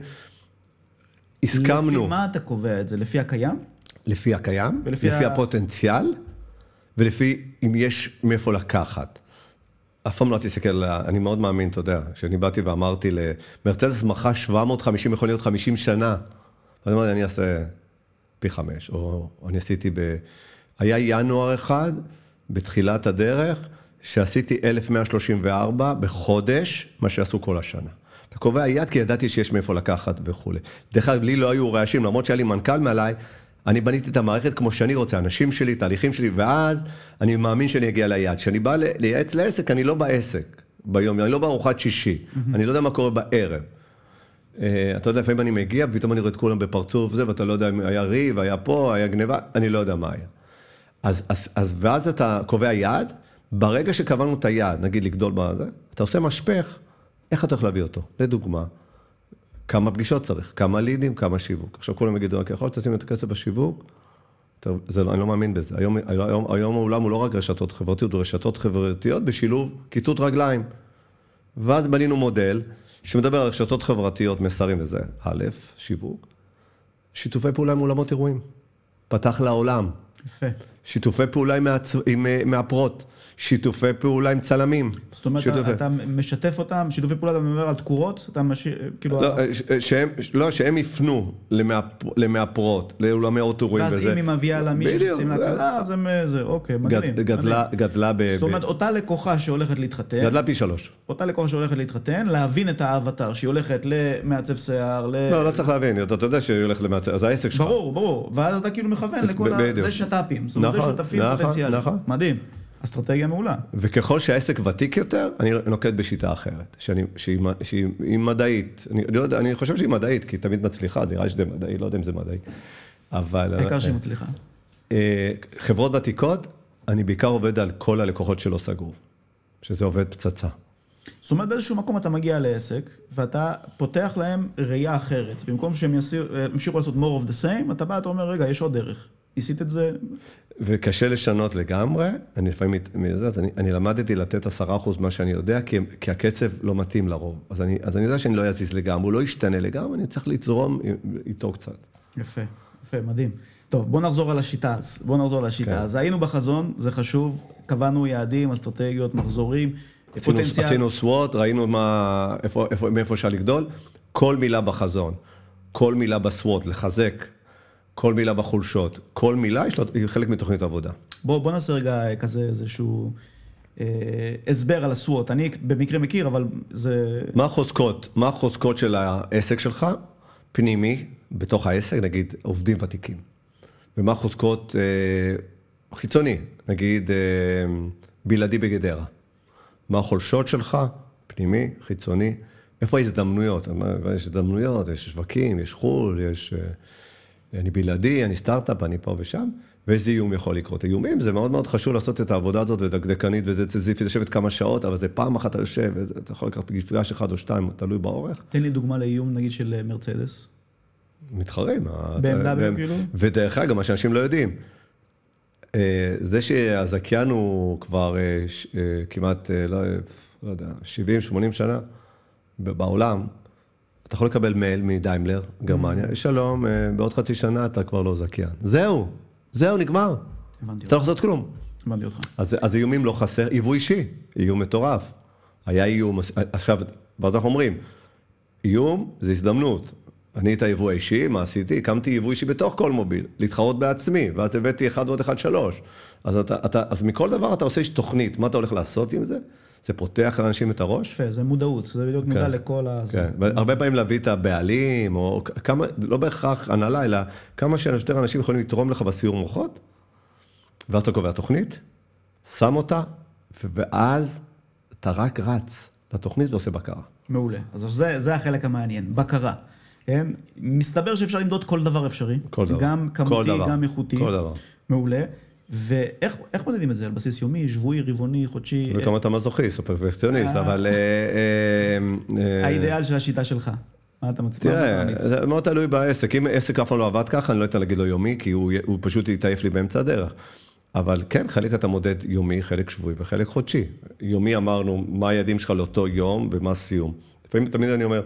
הסכמנו. לפי מה אתה קובע את זה? לפי הקיים? לפי הקיים, לפי הפוטנציאל, ולפי אם יש מאיפה לקחת. אף פעם לא תסתכל, אני מאוד מאמין, אתה יודע, כשאני באתי ואמרתי למרצדס מחה שבע מאות וחמישים יכול להיות חמישים שנה, אז אמרתי, אני אעשה פי חמש, או אני עשיתי ב... היה ינואר אחד, בתחילת הדרך, שעשיתי אלף מאה שלושים וארבע בחודש, מה שעשו כל השנה. אתה קובע יד, כי ידעתי שיש מאיפה לקחת וכו'. דרך אגב, לי לא היו רעשים, למרות שהיה לי מנכ"ל מעליי, אני בניתי את המערכת כמו שאני רוצה, אנשים שלי, תהליכים שלי, ואז אני מאמין שאני אגיע ליד. כשאני בא לייעץ לעסק, אני לא בעסק ביום, אני לא בארוחת שישי, אני לא יודע מה קורה בערב. אתה יודע, לפעמים אני מגיע, ופתאום אני רואה את כולם בפרצוף וזה, ואתה לא יודע, היה ריב, היה פה, היה גניבה, אני לא יודע מה היה. אז, אז, אז, ואז אתה קובע יעד, ברגע שקבענו את היעד, נגיד לגדול בזה, אתה עושה משפך, איך אתה הולך להביא אותו? לדוגמה, כמה פגישות צריך, כמה לידים, כמה שיווק. עכשיו כולם יגידו, ok, יכול להיות שתשים את הכסף בשיווק, זה, אני לא מאמין בזה. היום, היום, היום העולם הוא לא רק רשתות חברתיות, הוא רשתות חברתיות בשילוב כיתות רגליים. ואז בנינו מודל, שמדבר על רשתות חברתיות, מסרים וזה, א', שיווק, שיתופי פעולה עם אולמות אירועים, פתח לעולם. יפה. שיתופי פעולה עם, מהצ... עם מהפרות, שיתופי פעולה עם צלמים. זאת אומרת, שיתופי... אתה משתף אותם, שיתופי פעולה, אתה מדבר על תקורות? אתה משאיר, כאילו... לא, שהם, לא, שהם יפנו למאפ... למאפרות, לאולמי אירועים וזה. ואז אם היא מביאה לה מישהו שעושים לה קלה, אז הם זה, אוקיי, מדהים. גדלה, גדלה ב... זאת אומרת, אותה לקוחה שהולכת להתחתן... גדלה פי שלוש. אותה לקוחה שהולכת להתחתן, להבין את האבטר, שהיא הולכת למעצב שיער, ל... לא, לא צריך להבין, אתה יודע שהיא הולכת למעצב, אז העסק שלך. ברור, ברור. ואז אתה כאילו מכוון לכל ה... זה שטאפים. זאת אומרת, זה שותפים פוטנציאליים. מדהים. אסטרטגיה מעולה. וככל שהעסק ותיק יותר, אני נוקט בשיטה אחרת, שאני, שהיא, שהיא מדעית. אני, אני, לא יודע, אני חושב שהיא מדעית, כי היא תמיד מצליחה, נראה שזה מדעי, לא יודע אם זה מדעי. אבל... העיקר שהיא מצליחה. חברות ותיקות, אני בעיקר עובד על כל הלקוחות שלא סגרו, שזה עובד פצצה. זאת אומרת, באיזשהו מקום אתה מגיע לעסק, ואתה פותח להם ראייה אחרת. במקום שהם ימשיכו לעשות more of the same, אתה בא, אתה אומר, רגע, יש עוד דרך. עשית את זה? וקשה לשנות לגמרי, אני לפעמים, אז אני, אני למדתי לתת עשרה אחוז מה שאני יודע, כי, כי הקצב לא מתאים לרוב. אז אני, אז אני יודע שאני לא יזיז לגמרי, הוא לא ישתנה לגמרי, אני צריך לצרום איתו קצת. יפה, יפה, מדהים. טוב, בוא נחזור על השיטה אז, בוא נחזור על השיטה. כן. אז היינו בחזון, זה חשוב, קבענו יעדים, אסטרטגיות, מחזורים, עשינו, פוטנציאל. עשינו סוואט, ראינו מה, איפה, איפה, מאיפה אפשר לגדול, כל מילה בחזון, כל מילה בסוואט, לחזק, כל מילה בחולשות, כל מילה יש לו חלק מתוכנית עבודה. בוא, בוא נעשה רגע כזה איזשהו אה, הסבר על הסוואט. אני במקרה מכיר, אבל זה... מה החוזקות? מה החוזקות של העסק שלך? פנימי, בתוך העסק, נגיד עובדים ותיקים. ומה החוזקות אה, חיצוני? נגיד אה, בלעדי בגדרה. מה החולשות שלך? פנימי, חיצוני, איפה ההזדמנויות? יש הזדמנויות, יש שווקים, יש חול, יש... אני בלעדי, אני סטארט-אפ, אני פה ושם, ואיזה איום יכול לקרות. איומים, זה מאוד מאוד חשוב לעשות את העבודה הזאת, ודקדקנית, וזה ציזיפי, לשבת כמה שעות, אבל זה פעם אחת אתה יושב, ואתה יכול לקחת פגש אחד או שתיים, תלוי באורך. תן לי דוגמה לאיום, נגיד, של מרצדס. מתחרים. ב אם דאבליו כאילו? ודרך אגב, מה שאנשים לא יודעים, זה שהזכיין הוא כבר כמעט, לא יודע, שבעים שמונים שנה בעולם, אתה יכול לקבל מייל מדיימלר, גרמניה, שלום, בעוד חצי שנה אתה כבר לא זכיין. זהו, זהו, נגמר. אתה לא חוזר כלום. הבנתי אותך. אז איומים לא חסר, איום אישי, איום מטורף. היה איום, עכשיו, ואז אנחנו אומרים, איום זה הזדמנות. אני את היבוא האישי, מה עשיתי? הקמתי יבוא אישי בתוך כל מוביל, להתחרות בעצמי, ואז הבאתי אחד ועוד אחד שלוש. אז, אתה, אתה, אז מכל דבר אתה עושה תוכנית, מה אתה הולך לעשות עם זה? זה פותח לאנשים את הראש. יפה, זה מודעות, זה בדיוק מודע לכל ה... כן, והרבה פעמים להביא את הבעלים, או כמה, לא בהכרח הנהלה, אלא כמה שיותר אנשים יכולים לתרום לך בסיור מוחות, ואז אתה קובע תוכנית, שם אותה, ואז אתה רק רץ לתוכנית ועושה בקרה. מעולה. אז זה, זה החלק המעניין, בקרה. כן? מסתבר שאפשר למדוד כל דבר אפשרי. כל דבר. גם כמותי, גם איכותי. כל דבר. מעולה. ואיך איך מודדים את זה? על בסיס יומי, שבועי, רבעוני, חודשי? וכמה אתה מזוכיסט או פרפקציוניסט, אבל... האידאל של השיטה שלך. מה אתה מצליח? תראה, זה מאוד תלוי בעסק. אם עסק אף פעם לא עבד ככה, אני לא אתן להגיד לו יומי, כי הוא פשוט יתעייף לי באמצע הדרך. אבל כן, חלק אתה מודד יומי, חלק שבועי וחלק חודשי. יומי אמרנו, מה היעדים שלך לאותו יום ומה הסיום. לפעמים תמיד אני אומר,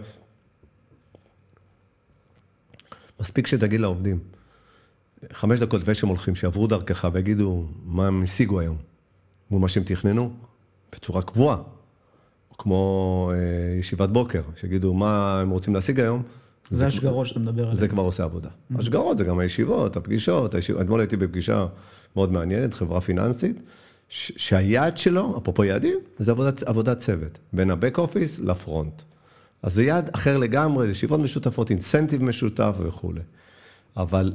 מספיק שתגיד לעובדים, חמש דקות לפני שהם הולכים, שיעברו דרכך ויגידו מה הם השיגו היום, מול מה שהם תכננו, בצורה קבועה, כמו אה, ישיבת בוקר, שיגידו מה הם רוצים להשיג היום. זה, זה השגרות שאתה מדבר עליהן. זה כבר עושה עבודה. Mm-hmm. השגרות זה גם הישיבות, הפגישות, הישיבות. אתמול הייתי בפגישה מאוד מעניינת, חברה פיננסית, ש- שהיעד שלו, אפרופו יעדים, זה עבודת, עבודת צוות, בין הבק אופיס לפרונט. אז זה יעד אחר לגמרי, זה ישיבות משותפות, אינסנטיב משותף וכו'. אבל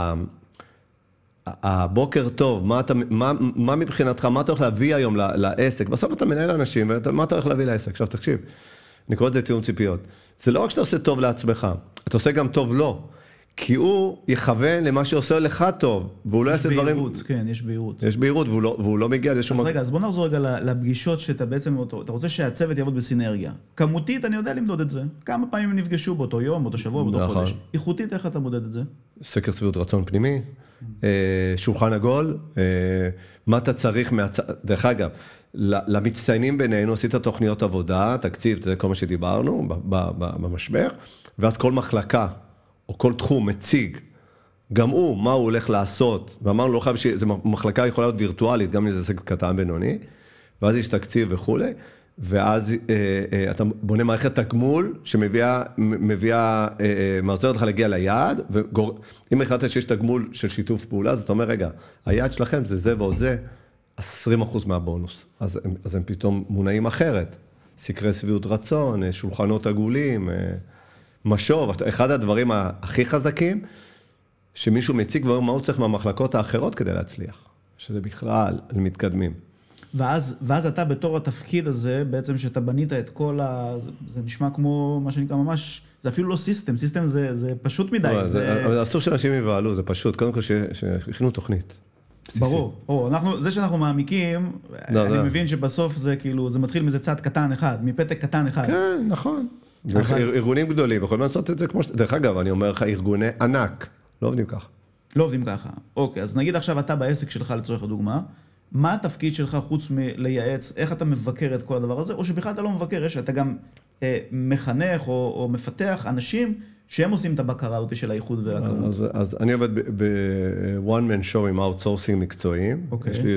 הבוקר טוב, מה, אתה, מה, מה מבחינתך, מה אתה הולך להביא היום לעסק? בסוף אתה מנהל אנשים, ומה אתה הולך להביא לעסק? עכשיו תקשיב, אני קורא את זה תיאום ציפיות. זה לא רק שאתה עושה טוב לעצמך, אתה עושה גם טוב לו. כי הוא יכוון למה שעושה לך טוב, והוא לא יעשה דברים... יש בהירות, כן, יש בהירות. יש בהירות, והוא לא, והוא לא מגיע לשום... אז רגע, אז בוא נחזור רגע לפגישות שאתה בעצם... אתה רוצה שהצוות יעבוד בסינרגיה. כמותית, אני יודע למדוד את זה. כמה פעמים הם נפגשו באותו יום, באותו שבוע, באותו חודש. איכותית, איך אתה מודד את זה? סקר שביעות רצון פנימי, שולחן עגול, מה אתה צריך מהצ... דרך אגב, למצטיינים בינינו, עשית תוכניות עבודה, תקציב, זה כל מה שדיברנו במשבר, ואז כל מחלקה, או כל תחום מציג, גם הוא, מה הוא הולך לעשות, ואמרנו, לא חייב שזו מחלקה יכולה להיות וירטואלית, גם אם זה עסק קטן בינוני, ואז יש תקציב וכו', ואז אה, אה, אתה בונה מערכת תגמול, שמביאה, מביאה, אה, מעזרת לך להגיע ליעד, ואם החלטת שיש תגמול של שיתוף פעולה, אז אתה אומר, רגע, היעד שלכם זה זה ועוד זה, עשרים אחוז מהבונוס, אז, אז הם פתאום מונעים אחרת, סקרי שביעות רצון, שולחנות עגולים, משוב, אחד הדברים הכי חזקים, שמישהו מציג ואומר מה הוא צריך מהמחלקות האחרות כדי להצליח, שזה בכלל מתקדמים. ואז, ואז אתה בתור התפקיד הזה, בעצם שאתה בנית את כל ה... זה, זה נשמע כמו מה שנקרא ממש, זה אפילו לא סיסטם, סיסטם זה, זה פשוט מדי. זה, זה... אבל אסור שאנשים יבעלו, זה פשוט, קודם כל שהכינו תוכנית. ברור, או, אנחנו, זה שאנחנו מעמיקים, לא, אני לא. מבין שבסוף זה כאילו, זה מתחיל מזה צעד קטן אחד, מפתק קטן אחד. כן, נכון. אבל... ארגונים גדולים, יכולים לעשות את זה כמו ש... דרך אגב, אני אומר לך, ארגוני ענק, לא עובדים ככה. לא עובדים ככה. אוקיי, אז נגיד עכשיו אתה בעסק שלך לצורך הדוגמה, מה התפקיד שלך חוץ מלייעץ, איך אתה מבקר את כל הדבר הזה, או שבכלל אתה לא מבקר, יש שאתה גם אה, מחנך או, או מפתח אנשים שהם עושים את הבקרה אותי של האיחוד והכמות. אז, אז אני עובד ב-one man show עם outsourcing מקצועיים. Okay. יש לי,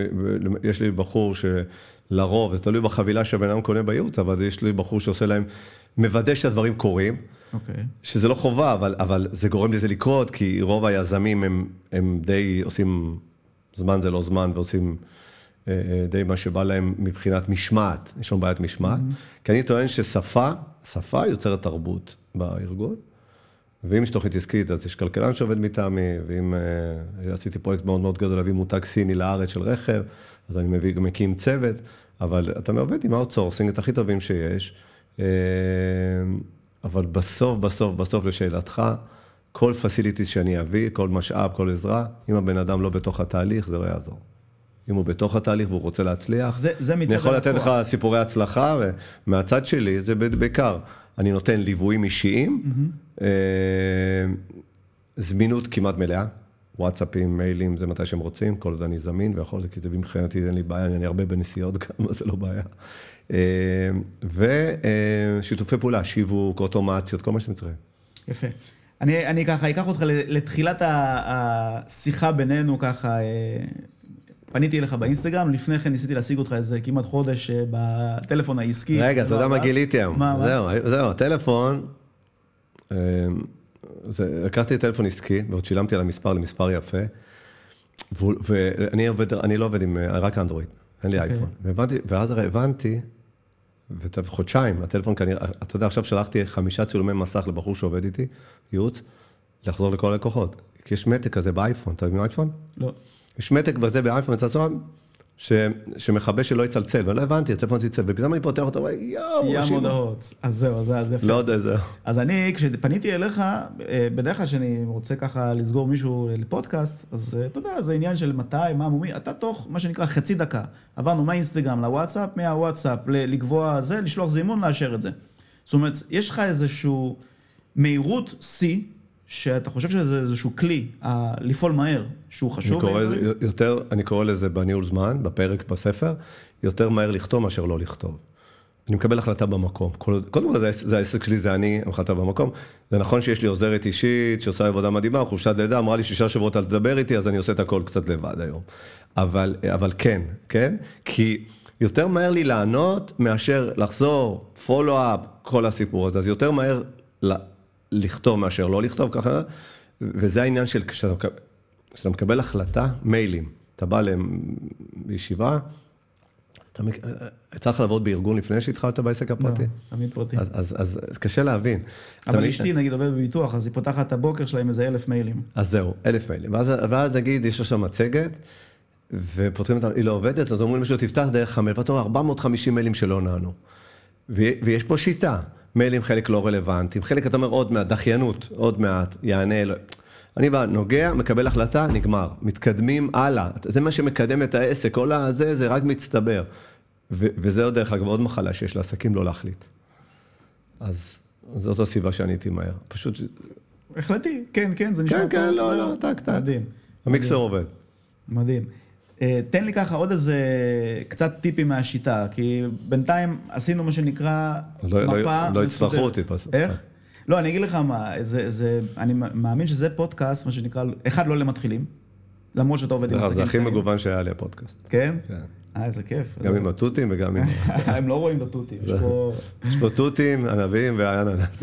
יש לי בחור שלרוב, זה תלוי בחבילה שהבן אדם קונה בייעוץ, אבל יש לי בחור שעושה להם, מוודא שהדברים קורים. Okay. שזה לא חובה, אבל, אבל זה גורם לזה לקרות, כי רוב היזמים הם, הם די עושים, זמן זה לא זמן, ועושים די מה שבא להם מבחינת משמעת. יש לנו בעיית משמעת. Mm-hmm. כי אני טוען ששפה, שפה יוצרת תרבות בארגון, ואם יש תוכנית עסקית, אז יש כלכלן שעובד מטעמי, ואם uh, עשיתי פרויקט מאוד מאוד גדול, להביא מותג סיני לארץ של רכב, אז אני מביא, מקים צוות, אבל אתה מעובד עם האוטסורסינג, את הכי טובים שיש, אבל בסוף, בסוף, בסוף לשאלתך, כל פסיליטיס שאני אביא, כל משאב, כל עזרה, אם הבן אדם לא בתוך התהליך, זה לא יעזור. אם הוא בתוך התהליך והוא רוצה להצליח, זה, זה אני יכול לתת לך סיפורי הצלחה, ומהצד שלי זה בעיקר, אני נותן ליוויים אישיים, mm-hmm. זמינות כמעט מלאה, וואטסאפים, מיילים, זה מתי שהם רוצים, כל עוד אני זמין, ויכול זה, כי זה במחינתי, אין לי בעיה, אני הרבה בנסיעות גם, אז זה לא בעיה. ושיתופי פעולה, שיווק, אוטומציות, כל מה שאתם צריכים. יפה. אני, אני ככה, אקח אותך לתחילת השיחה בינינו, ככה, פניתי אליך באינסטגרם, לפני כן ניסיתי להשיג אותך איזה כמעט חודש בטלפון העסקי. רגע, אתה יודע מה גיליתי היום? זהו, זהו, הטלפון, לקחתי טלפון עסקי, ועוד שילמתי על המספר למספר יפה, ואני עובד, אני לא עובד עם רק אנדרואיד, אין לי אייפון. ואז הרי הבנתי, וחודשיים, הטלפון כנראה, אתה יודע, עכשיו שלחתי חמישה צילומי מסך לבחור שעובד איתי, ייעוץ, לחזור לכל הלקוחות. כי יש מתק כזה באייפון, אתה יודע עם אייפון? לא. יש מתק בזה באייפון, אצל סועם, שמחבא שלא יצלצל, ולא הבנתי, הטלפון יצלצל, ופתאום אני פותח אותו, יואו, ים מודעות. אז זהו, זה יפה. לא יודע, זהו. אז אני, כשפניתי אליך, בדרך כלל שאני רוצה ככה לסגור מישהו לפודקאסט, אז אתה יודע, זה עניין של מתי, מה מומי, אתה תוך, מה שנקרא, חצי דקה. עברנו מהאינסטגרם לוואטסאפ, מהוואטסאפ לקבוע זה, לשלוח זימון, לאשר את זה. זאת אומרת, יש לך איזשהו מהירות C, שאתה חושב שזה איזשהו כלי, לפעול מהר, שהוא חשוב. אני קורא, יותר, אני קורא לזה בניהול זמן, בפרק, בספר, יותר מהר לכתוב מאשר לא לכתוב. אני מקבל החלטה במקום. קודם כל, זה, זה העסק שלי, זה אני, החלטה במקום. זה נכון שיש לי עוזרת אישית, שעושה עבודה מדהימה, חופשת לידה, אמרה לי שישה שבועות על לדבר איתי, אז אני עושה את הכל קצת לבד היום. אבל, אבל כן, כן? כי יותר מהר לי לענות, מאשר לחזור, פולו-אפ, כל הסיפור הזה. אז יותר מהר לכתוב מאשר לא לכתוב ככה, וזה העניין של כשאתה, כשאתה מקבל החלטה, מיילים. אתה בא לישיבה, אתה צריך לעבוד בארגון לפני שהתחלת בעסק הפרטי? לא, תמיד פרטי. אז, אז, אז, אז קשה להבין. אבל אשתי, נגיד, עובד בביטוח, אז היא פותחת את הבוקר שלה עם איזה אלף מיילים. אז זהו, אלף מיילים. ואז, ואז נגיד, יש עכשיו מצגת, ופותחים אותה, היא לא עובדת, אז אומרים משהו, תפתח דרך המייל, ואתה אומר, ארבע מאות וחמישים מיילים שלא נענו. ויש פה שיטה. מיילים חלק לא רלוונטיים, חלק אתה אומר עוד מעט, דחיינות, עוד מעט, יענה, לא. אני בא, נוגע, מקבל החלטה, נגמר. מתקדמים הלאה. זה מה שמקדם את העסק, כל הזה, זה רק מצטבר. ו- וזה עוד דרך אגב, עוד מחלה שיש לעסקים לא להחליט. אז זאת הסיבה שאני הייתי מהר. פשוט... החלטי, כן, כן, זה נשמע... כן, כן, לא, לא, טק, טק. מדהים. המיקסר עובד. מדהים. תן לי ככה עוד איזה קצת טיפים מהשיטה, כי בינתיים עשינו מה שנקרא מפה... לא הצטרכו אותי פשוט. איך? לא, אני אגיד לך מה, אני מאמין שזה פודקאסט, מה שנקרא, אחד לא למתחילים, למרות שאתה עובד עם עסקים. זה הכי מגוון שהיה לי הפודקאסט. כן? כן. אה, איזה כיף. גם עם התותים וגם עם... הם לא רואים את התותים, יש פה... יש פה תותים, ענבים והאננס.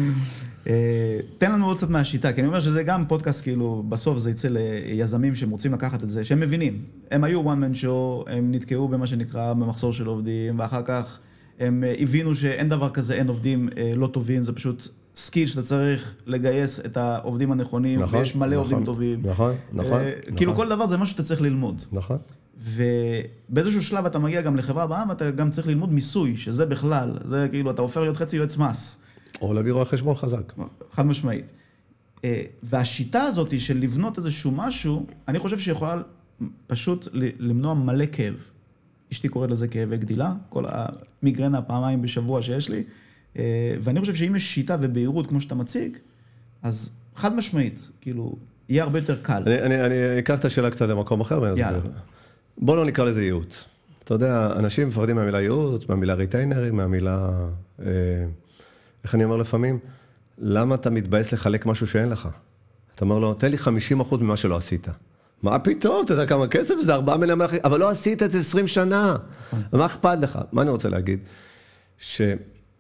תן לנו עוד קצת מהשיטה, כי אני אומר שזה גם פודקאסט, כאילו, בסוף זה יצא ליזמים שהם רוצים לקחת את זה, שהם מבינים. הם היו one man show, הם נתקעו במה שנקרא במחסור של עובדים, ואחר כך הם הבינו שאין דבר כזה, אין עובדים לא טובים, זה פשוט סקיל שאתה צריך לגייס את העובדים הנכונים, נכון, ויש מלא נכון, עובדים טובים. נכון, נכון. כאילו נכון. כל דבר זה משהו שאתה צריך ללמוד. נכון. ובאיזשהו שלב אתה מגיע גם לחברה הבאה, ואתה גם צריך ללמוד מיסוי, שזה בכלל, זה כאילו, אתה הופך להיות חצי יועץ מס. או להביא רואה חשבון חזק. חד משמעית. והשיטה הזאת של לבנות איזשהו משהו, אני חושב שיכולה פשוט למנוע מלא כאב. אשתי קוראת לזה כאבי גדילה, כל המיגרנה פעמיים בשבוע שיש לי, ואני חושב שאם יש שיטה ובהירות כמו שאתה מציג, אז חד משמעית, כאילו, יהיה הרבה יותר קל. אני, אני, אני אקח את השאלה קצת למקום אחר. יאללה. בוא לא נקרא לזה ייעוץ. אתה יודע, אנשים מפחדים מהמילה ייעוץ, מהמילה ריטיינרים, מהמילה... אה, איך אני אומר לפעמים? למה אתה מתבאס לחלק משהו שאין לך? אתה אומר לו, תן לי חמישים אחוז ממה שלא עשית. מה פתאום? אתה יודע כמה כסף? זה ארבעה מיליון מלכים, אבל לא עשית את זה עשרים שנה. מה אכפת לך? מה אני רוצה להגיד? שקודם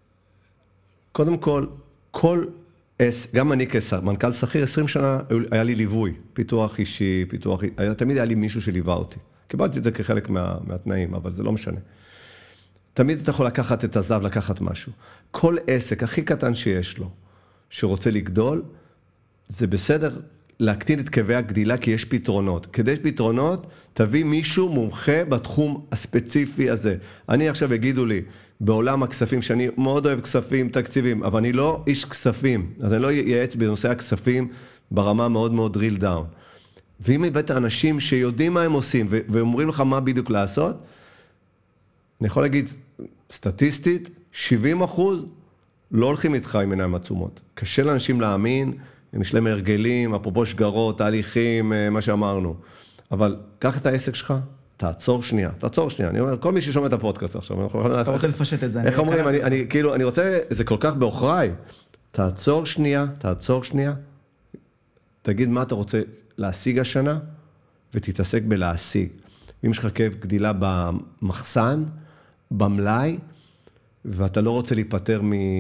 כל, כל... גם אני כמנכ"ל שכיר, עשרים שנה היה לי ליווי, פיתוח אישי, פיתוח... תמיד היה לי מישהו שליווה אותי. קיבלתי את זה כחלק מה, מהתנאים, אבל זה לא משנה. תמיד אתה יכול לקחת את הזב, לקחת משהו. כל עסק הכי קטן שיש לו, שרוצה לגדול, זה בסדר להקטין את כאבי הגדילה, כי יש פתרונות. כדי פתרונות, תביא מישהו מומחה בתחום הספציפי הזה. אני עכשיו אגידו לי, בעולם הכספים, שאני מאוד אוהב כספים, תקציבים, אבל אני לא איש כספים, אז אני לא ייעץ בנושא הכספים ברמה מאוד מאוד drill down. ואם הבאת אנשים שיודעים מה הם עושים, ואומרים לך מה בדיוק לעשות, אני יכול להגיד, סטטיסטית, שבעים אחוז לא הולכים איתך עם עיניים עצומות. קשה לאנשים להאמין, יש להם הרגלים, אפרופו שגרות, תהליכים, מה שאמרנו. אבל קח את העסק שלך, תעצור שנייה, תעצור שנייה. אני אומר, כל מי ששומע את הפודקאסט עכשיו, אתה רוצה לפשט את זה. איך אומרים, אני, אני, כאילו, אני רוצה, זה כל כך באוכריי. תעצור שנייה, תעצור שנייה. תגיד מה אתה רוצה להשיג השנה, ותתעסק בלהשיג. אם יש לך כאב גדילה במחסן, במלאי, ואתה לא רוצה להיפטר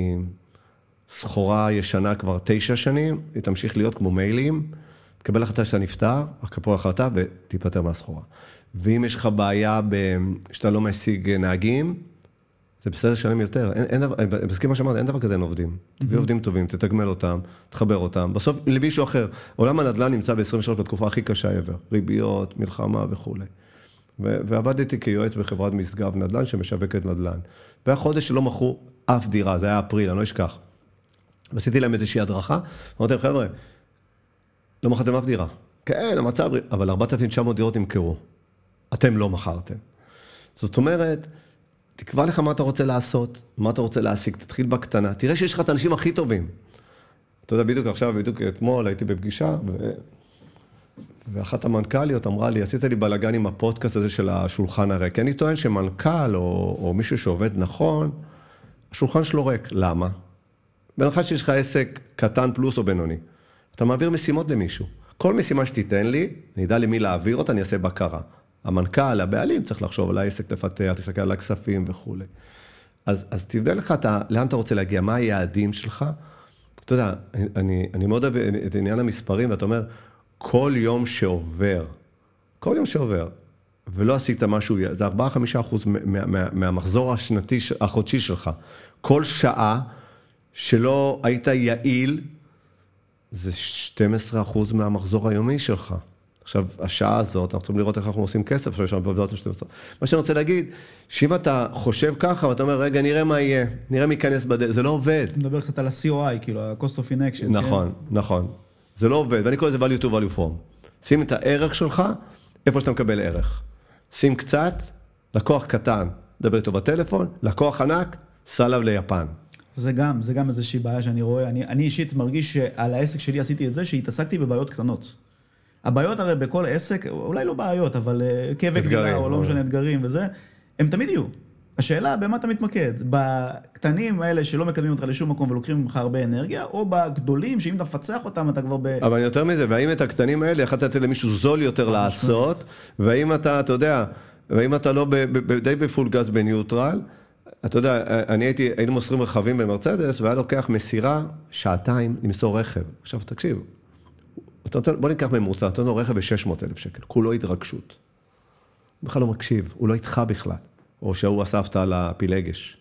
מסחורה ישנה כבר תשע שנים, היא תמשיך להיות כמו מיילים, תקבל החלטה שאתה נפטר, תקבל החלטה ותיפטר מהסחורה. ואם יש לך בעיה שאתה לא משיג נהגים, זה בסדר שלם יותר. אין, אין דבר, בסכים מה שאמרת, אין דבר כזה, אין עובדים. תביא עובדים טובים, תתגמל אותם, תחבר אותם. בסוף, למישהו אחר, עולם הנדל"ן נמצא ב-עשרים ושלוש בתקופה הכי קשה ever. ריביות, מלחמה וכו'. ועבדתי כיועץ בחברת משגב נדל"ן שמשווקת נדל"ן. והחודש שלא מכרו אף דירה, זה היה אפריל, אני לא אשכח. ועשיתי להם איזושהי הדרכה, אמרתי להם, חבר'ה, לא מכרתם אף דירה. כן, המצב, אבל ארבעת אלפים תשע מאות דירות נמכרו. אתם לא מכרתם. זאת אומרת, תקבע לך מה אתה רוצה לעשות, מה אתה רוצה להשיג, תתחיל בקטנה. תראה שיש לך את האנשים הכי טובים. אתה יודע, בדיוק עכשיו, בדיוק אתמול, הייתי בפגישה, ו... ואחת המנכ"ליות אמרה לי, עשית לי בלגן עם הפודקאסט הזה של השולחן הריק. כי אני טוען שמנכ"ל או, או מישהו שעובד נכון, השולחן שלו ריק. למה? בהנחה שיש לך עסק קטן פלוס או בינוני. אתה מעביר משימות למישהו. כל משימה שתיתן לי, אני יודע למי להעביר אותה, אני אעשה בקרה. המנכ"ל, הבעלים, צריך לחשוב על העסק לפתח, תסתכל על הכספים וכו'. אז, אז תבדל לך, אתה, לאן אתה רוצה להגיע, מה היעדים שלך? אתה יודע, אני, אני מאוד אוהב את עניין המספרים, ואתה אומר, כל יום שעובר, כל יום שעובר, ולא עשית משהו, זה ארבעה עד חמישה אחוז מה, מה, מהמחזור השנתי, החודשי שלך. כל שעה שלא היית יעיל, זה שנים עשר אחוז מהמחזור היומי שלך. עכשיו, השעה הזאת, אנחנו צריכים לראות איך אנחנו עושים כסף, מה שאני רוצה להגיד, שאם אתה חושב ככה, ואתה אומר, רגע, נראה מה יהיה, נראה מי ייכנס בדרך, זה לא עובד. אתה מדבר קצת על ה-סי או איי, כאילו, ה-Cost of Inaction. נכון, נכון. זה לא עובד, ואני קורא לזה value to value from. שים את הערך שלך, איפה שאתה מקבל ערך. שים קצת, לקוח קטן, דבר איתו בטלפון, לקוח ענק, סע עליו ליפן. זה גם, זה גם איזושהי בעיה שאני רואה. אני, אני אישית מרגיש שעל העסק שלי עשיתי את זה, שהתעסקתי בבעיות קטנות. הבעיות הרי בכל עסק, אולי לא בעיות, אבל כאבי גדילה או לא משנה אתגרים וזה, הם תמיד יהיו. השאלה, במה אתה מתמקד? בקטנים האלה שלא מקדמים אותך לשום מקום ולוקחים ממך הרבה אנרגיה, או בגדולים שאם אתה מפצח אותם אתה כבר ב... אבל יותר מזה, והאם את הקטנים האלה יכולת לתת למישהו זול יותר לעשות, והאם אתה, אתה יודע, והאם אתה לא די בפול גז בניוטרל, אתה יודע, אני הייתי, היינו מוסרים רכבים במרצדס, והיה לוקח מסירה שעתיים למסור רכב. עכשיו, תקשיב, בוא ניקח ממוצע, אתה נותן לו רכב ב-שש מאות אלף שקל, כולו התרגשות. הוא בכלל לא מקשיב, הוא לא איתך בכלל. או שהוא אספת על הפילגש.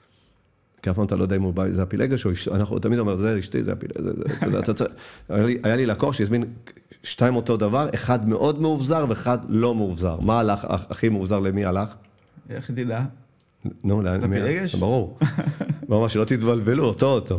כי אף פעם אתה לא יודע אם זה הפילגש, או אנחנו תמיד אומר, זה אשתי, זה הפילגש. היה לי לקוח שהזמין שתיים אותו דבר, אחד מאוד מאובזר ואחד לא מאובזר. מה הלך, הכי מאובזר למי הלך? איך תדע? נו, לפילגש? ברור. ממש, שלא תתבלבלו, אותו אותו.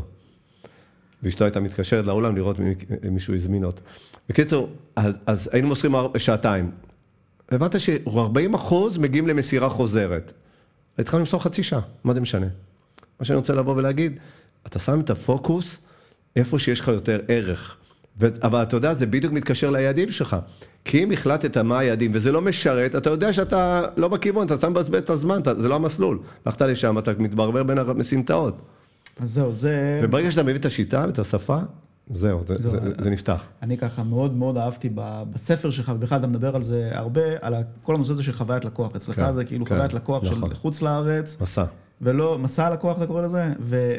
ואשתו הייתה מתקשרת לאולם לראות אם מישהו הזמין אותו. בקיצור, אז היינו מוסרים שעתיים. הבנת ש-ארבעים אחוז מגיעים למסירה חוזרת. התחלנו למסור חצי שעה, מה זה משנה? מה שאני רוצה לבוא ולהגיד, אתה שם את הפוקוס איפה שיש לך יותר ערך. אבל אתה יודע, זה בדיוק מתקשר ליעדים שלך. כי אם החלטת מה היעדים, וזה לא משרת, אתה יודע שאתה לא בכיוון, אתה שם מבזבז את הזמן, זה לא המסלול. הלכת לשם, אתה מתברבר בין המסמטאות. אז זהו, זה... וברגע שאתה מביא את השיטה ואת השפה, זהו, זה, זה, זה נפתח. אני ככה מאוד מאוד אהבתי בספר שלך, ובכלל אתה מדבר על זה הרבה, על כל הנושא הזה של חוויית לקוח. אצלך זה כאילו חוויית לקוח של חוץ לארץ. מסע. ולא, מסע לקוח אתה קורא לזה?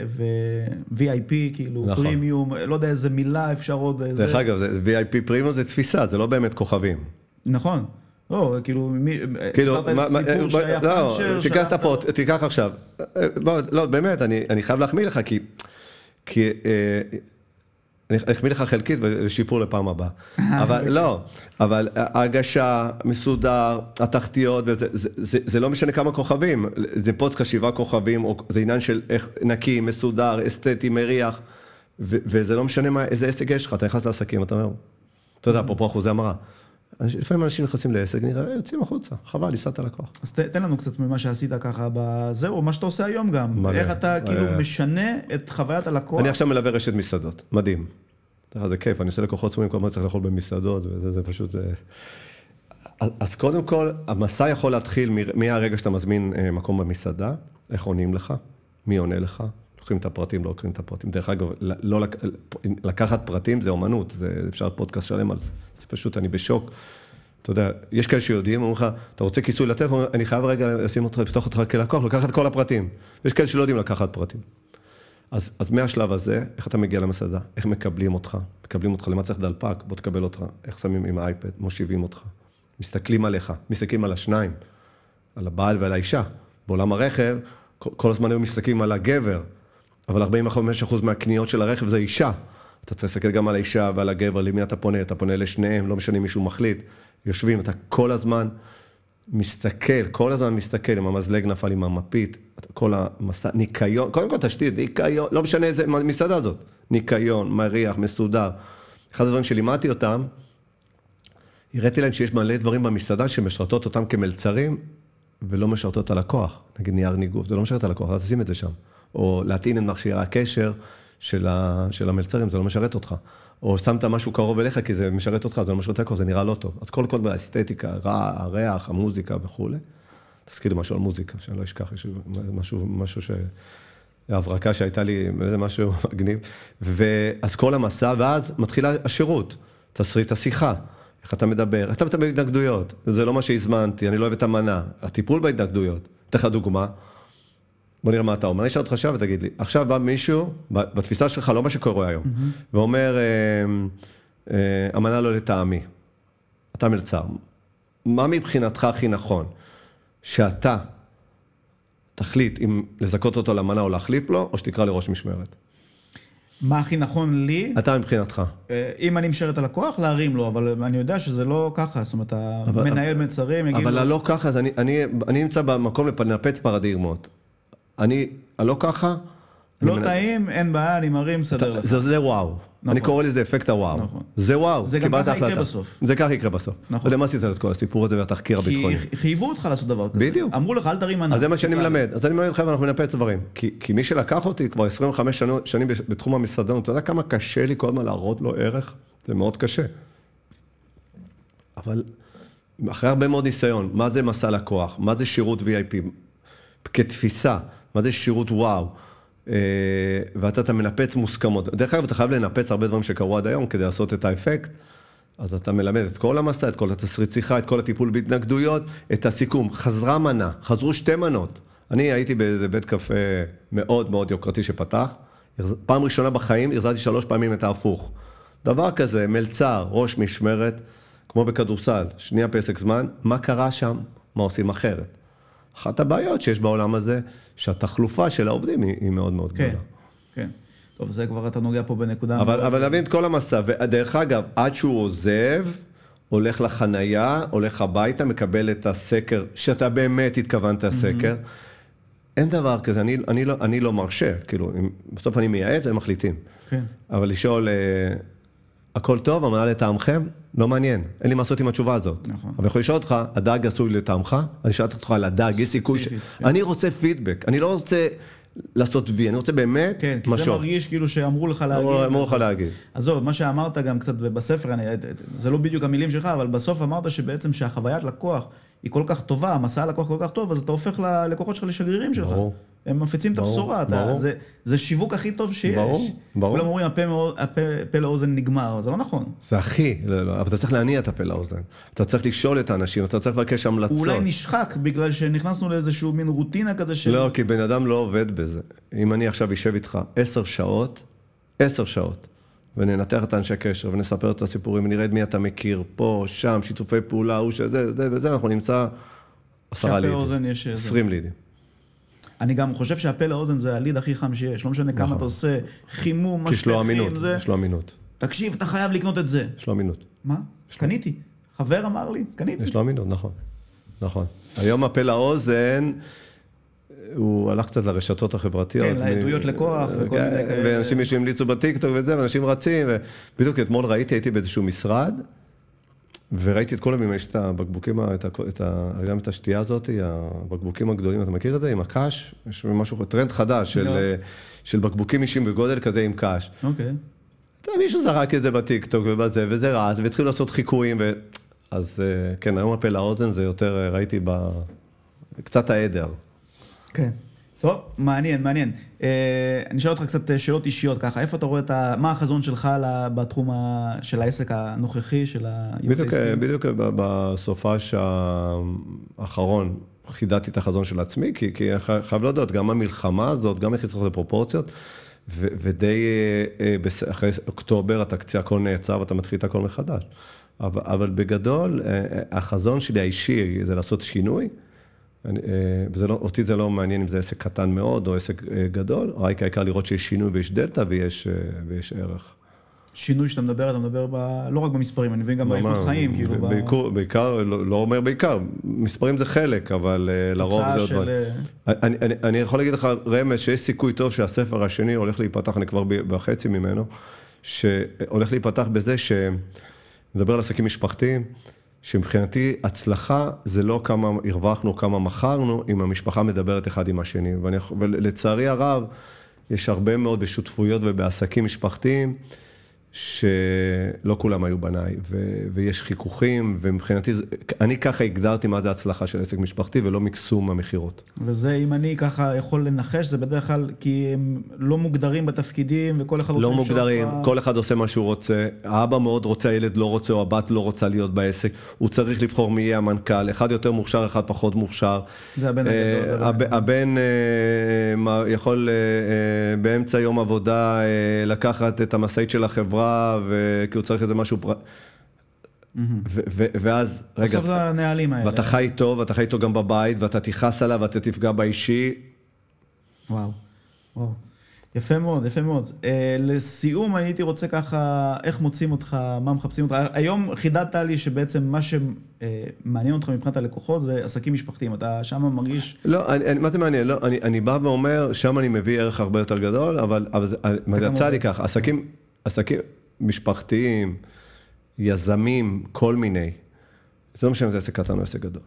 ו-וי איי פי, כאילו פרימיום, לא יודע איזה מילה אפשר עוד... דרך אגב, וי איי פי פרימיום זה תפיסה, זה לא באמת כוכבים. נכון. לא, כאילו, ספרת איזה סיפור שהיה פאנצ'ר... תיקח את הפוט, תיקח עכשיו. לא, באמת, אני חייב להחמיא לך, כי אני אחמיא לך חלקית ולשיפור לפעם הבאה. אבל לא, אבל ההגשה, מסודר, התחתיות, וזה, זה, זה, זה לא משנה כמה כוכבים, זה פודקאסט שבעה כוכבים, או זה עניין של איך נקי, מסודר, אסתטי, מריח, ו, וזה לא משנה מה, איזה עסק יש לך, אתה נכנס לעסקים, אתה אומר, אתה יודע, אפרופו אחוזי המרה. לפעמים אנשים נכנסים לעסק, נראה, יוצאים החוצה, חבל, הפסדת לקוח. אז תן לנו קצת ממה שעשית ככה בזהו, מה שאתה עושה היום גם. איך אתה כאילו משנה את חוויית הלקוח? אני עכשיו מלווה רשת מסעדות, מדהים. זה כיף, אני עושה לקוחות סמויים, כל מה צריך לאכול במסעדות, וזה פשוט... אז קודם כל, המסע יכול להתחיל מהרגע שאתה מזמין מקום במסעדה, איך עונים לך, מי עונה לך, לוקחים את הפרטים, לא לוקחים את הפרטים. דרך אגב, לא לקחת פרטים זה אומנות, זה אפשר פודקאסט שלם על זה. זה פשוט, אני בשוק. אתה יודע, יש כאלה שיודעים, אומרים לך, אתה רוצה כיסוי לטלפון, אני חייב רגע לשים אותך, לפתוח אותך כלקוח, לקחת כל הפרטים. ויש כאלה שלא יודעים לקחת פרטים. אז, אז מהשלב הזה, איך אתה מגיע למסעדה? איך מקבלים אותך? מקבלים אותך, למה צריך דלפק? בוא תקבל אותך. איך שמים עם האייפד? מושיבים אותך. מסתכלים עליך, מסתכלים על השניים, על הבעל ועל האישה. בעולם הרכב, כל, כל הזמן היו מסתכלים על הגבר, אבל ארבעים וחמישה אחוז מהקניות של הרכב זה אישה. אתה צריך להסתכל גם על האישה ועל הגבר, למי אתה פונה? אתה פונה לשניהם, לא משנה מישהו מחליט. יושבים, אתה כל הזמן מסתכל, כל הזמן מסתכל, עם המזלג נפל עם המפית, כל המסע, ניקיון, קודם כל תשתית, ניקיון, לא משנה איזה מסעדה הזאת, ניקיון, מריח, מסודר. אחד הדברים שלימדתי אותם, הראיתי להם שיש מלא דברים במסעדה שמשרתות אותם כמלצרים, ולא משרתות את הלקוח, נגיד נייר ניגוף, זה לא משרת את הלקוח, אז תשים את זה שם. או להטעין את מכשירי הקשר של, ה, של המלצרים, זה לא משרת אותך. או שמת משהו קרוב אליך, כי זה משרת אותך, זה לא משרת אותך, זה נראה לא טוב. אז כל כל באסתטיקה, הריח, המוזיקה וכו'. תזכיר לי משהו על מוזיקה, שאני לא אשכח, יש משהו, משהו ש... ההברקה שהייתה לי, זה משהו מגניב. ואז כל המסע, ואז מתחילה השירות, תסריט השיחה, איך אתה מדבר, איך אתה מדבר בהתנגדויות, זה לא מה שהזמנתי, אני לא אוהב את המנה, הטיפול בהתנגדויות. אתן לך דוגמה, בוא נראה מה אתה אומר, אני אשאל אותך עכשיו ותגיד לי, עכשיו בא מישהו, בתפיסה שלך, לא מה שקורה היום, ואומר, המנה לא לטעמי, אתה מלצר, מה מבחינתך הכי נכון? שאתה תחליט אם לזכות אותו למנה או להחליף לו, או שתקרא לראש משמרת? מה הכי נכון לי? אתה מבחינתך. אם אני משרת הלקוח, להרים לו, אבל אני יודע שזה לא ככה, זאת אומרת, המנהל מצרים, יגיד לו... אבל לא ככה, אז אני נמצא במקום לנפץ פרדיגמות. אני, לא ככה... לא טעים, אין בעיה, אני מרים, סדר לך. זה וואו. אני קורא לזה אפקט הוואו. זה וואו. זה גם ככה יקרה בסוף. זה ככה יקרה בסוף. נכון. למה עשית את כל הסיפור הזה והתחקיר הביטחוני? כי חייבו אותך לעשות דבר כזה. בדיוק. אמרו לך, אל תרים מנה. אז זה מה שאני מלמד. אז אני מלמד לך ואנחנו ננפץ דברים. כי מי שלקח אותי כבר עשרים וחמש שנים בתחום המסעדנות, אתה יודע כמה קשה לי כל הזמן להראות לו ערך? זה מאוד קשה. אבל אחרי הרבה מאוד ניסיון, מה זה מסע לקוח? מה זה שירות וי איי פי? כתפיסה, מה זה שירות וואו? ואתה אתה מנפץ מוסכמות. דרך אגב, אתה חייב לנפץ הרבה דברים שקרו עד היום כדי לעשות את האפקט, אז אתה מלמד את כל המסע, את כל התסריט שיחה, את כל הטיפול בהתנגדויות, את הסיכום. חזרה מנה, חזרו שתי מנות. אני הייתי באיזה בית קפה מאוד מאוד יוקרתי שפתח, פעם ראשונה בחיים הרזתי שלוש פעמים את ההפוך. דבר כזה, מלצר, ראש משמרת, כמו בכדורסל, שנייה פסק זמן, מה קרה שם? מה עושים אחרת? אחת הבעיות שיש בעולם הזה, שהתחלופה של העובדים היא, היא מאוד מאוד גדולה. כן, כן. טוב, זה כבר אתה נוגע פה בנקודה. אבל, אבל להבין את כל המסע, ודרך אגב, עד שהוא עוזב, הולך לחנייה, הולך הביתה, מקבל את הסקר, שאתה באמת התכוונת הסקר, mm-hmm. אין דבר כזה, אני, אני, לא, אני לא מרשה, כאילו, בסוף אני מייעץ והם מחליטים. כן. אבל לשאול, הכל טוב, המנה לטעמכם, לא מעניין, אין לי מה לעשות עם התשובה הזאת. נכון. אבל יכול לשאול אותך, הדג עשוי לטעמך, אני שאלת אותך על הדג, יש סיכוי ש... אני רוצה פידבק, אני לא רוצה לעשות וי, אני רוצה באמת משהו. כן, כי זה מרגיש כאילו שאמרו לך להגיד. אמרו לך להגיד. עזוב, מה שאמרת גם קצת בספר, זה לא בדיוק המילים שלך, אבל בסוף אמרת שבעצם שהחוויית לקוח היא כל כך טובה, המסע הלקוח כל כך טוב, אז אתה הופך ללקוחות שלך לשגרירים שלך. ברור. הם מפיצים את הבשורה, זה שיווק הכי טוב שיש. ברור, ברור. כולם אומרים, הפה לאוזן נגמר, זה לא נכון. זה הכי, אבל אתה צריך להניע את הפה לאוזן. אתה צריך לשאול את האנשים, אתה צריך לבקש המלצות. אולי נשחק, בגלל שנכנסנו לאיזשהו מין רוטינה כזה של... לא, כי בן אדם לא עובד בזה. אם אני עכשיו אשב איתך עשר שעות, עשר שעות, וננתח את האנשי הקשר, ונספר את הסיפורים, ונראה את מי אתה מכיר, פה, שם, שיתופי פעולה, הוא שזה, זה וזה, אנחנו נמצא עשרה לידים. עשרים לידים. אני גם חושב שהפה לאוזן זה הליד הכי חם שיש, לא משנה כמה אתה עושה, חימום, משפחים, יש לו אמינות, יש לו אמינות. תקשיב, אתה חייב לקנות את זה. יש לו אמינות. מה? קניתי. חבר אמר לי, קניתי. יש לו אמינות, נכון. נכון. היום הפה לאוזן, הוא הלך קצת לרשתות החברתיות. כן, לעדויות לכוח וכל מיני כאלה. ואנשים המליצו בטיקטוק וזה, ואנשים רצים, ובדיוק אתמול ראיתי, הייתי באיזשהו משרד, וראיתי את כל המימה, יש את הבקבוקים, גם את השתייה הזאת, הבקבוקים הגדולים, אתה מכיר את זה? עם הקש? יש משהו, טרנד חדש של בקבוקים אישים בגודל כזה עם קש. אוקיי. מישהו זרק את זה בטיקטוק ובזה, וזה רץ, והתחילו לעשות חיקויים, אז כן, היום הפה לאוזן זה יותר, ראיתי קצת העדר. כן. טוב, מעניין, מעניין. אני אשאל אותך קצת שאלות אישיות ככה, איפה אתה רואה את ה... מה החזון שלך בתחום של העסק הנוכחי, של הייעוץ העסקי? בדיוק בסופש האחרון חידדתי את החזון של עצמי, כי חייב להודות, גם המלחמה הזאת, גם איך היא צריכה לפרופורציות, ודי אחרי אוקטובר התקציב הכל נעצר ואתה מתחיל את הכל מחדש. אבל בגדול, החזון שלי האישי זה לעשות שינוי, אותי זה לא מעניין אם זה עסק קטן מאוד או עסק גדול, רק העיקר לראות שיש שינוי ויש דלטה ויש ערך. שינוי שאתה מדבר, אתה מדבר לא רק במספרים, אני מבין גם באיכות חיים, כאילו... בעיקר, לא אומר בעיקר, מספרים זה חלק, אבל לרוב זה עוד דברים. אני יכול להגיד לך, רמז, שיש סיכוי טוב שהספר השני הולך להיפתח, אני כבר בחצי ממנו, שהולך להיפתח בזה שמדבר על עסקים משפחתיים, שמבחינתי הצלחה זה לא כמה הרווחנו, כמה מכרנו, אם המשפחה מדברת אחד עם השני. ולצערי הרב, יש הרבה מאוד בשותפויות ובעסקים משפחתיים, שלא כולם היו בניי, ויש חיכוכים, ומבחינתי, אני ככה הגדרתי מה זה הצלחה של עסק משפחתי, ולא מקסום המחירות. וזה, אם אני ככה יכול לנחש, זה בדרך כלל, כי הם לא מוגדרים בתפקידים, וכל אחד עושה... לא מוגדרים, כל אחד עושה מה שהוא רוצה, האבא מאוד רוצה, הילד לא רוצה, או הבת לא רוצה להיות בעסק, הוא צריך לבחור מי יהיה המנכ"ל, אחד יותר מוכשר, אחד פחות מוכשר. זה הבן הגדול. הבן יכול באמצע יום עבודה לקחת את המשאית של החברה, כי הוא צריך איזה משהו פרט. ואז, רגע, בסוף זה הנהלים האלה. ואתה חי טוב, ואתה חי טוב גם בבית, ואתה תיחס עליו, ואתה תפגע באישי. וואו, וואו. יפה מאוד, יפה מאוד. לסיום, אני הייתי רוצה ככה, איך מוצאים אותך, מה מחפשים אותך. היום חידדת לי שבעצם מה שמעניין אותך מבחינת הלקוחות, זה עסקים משפחתיים. אתה שם מרגיש... לא, מה זה מעניין? לא, אני בא ואומר, שם אני מביא ערך הרבה יותר גדול, אבל זה יצא לי כך, עסקים... עסקים משפחתיים, יזמים, כל מיני. זה לא משנה אם זה עסק קטן או עסק גדול.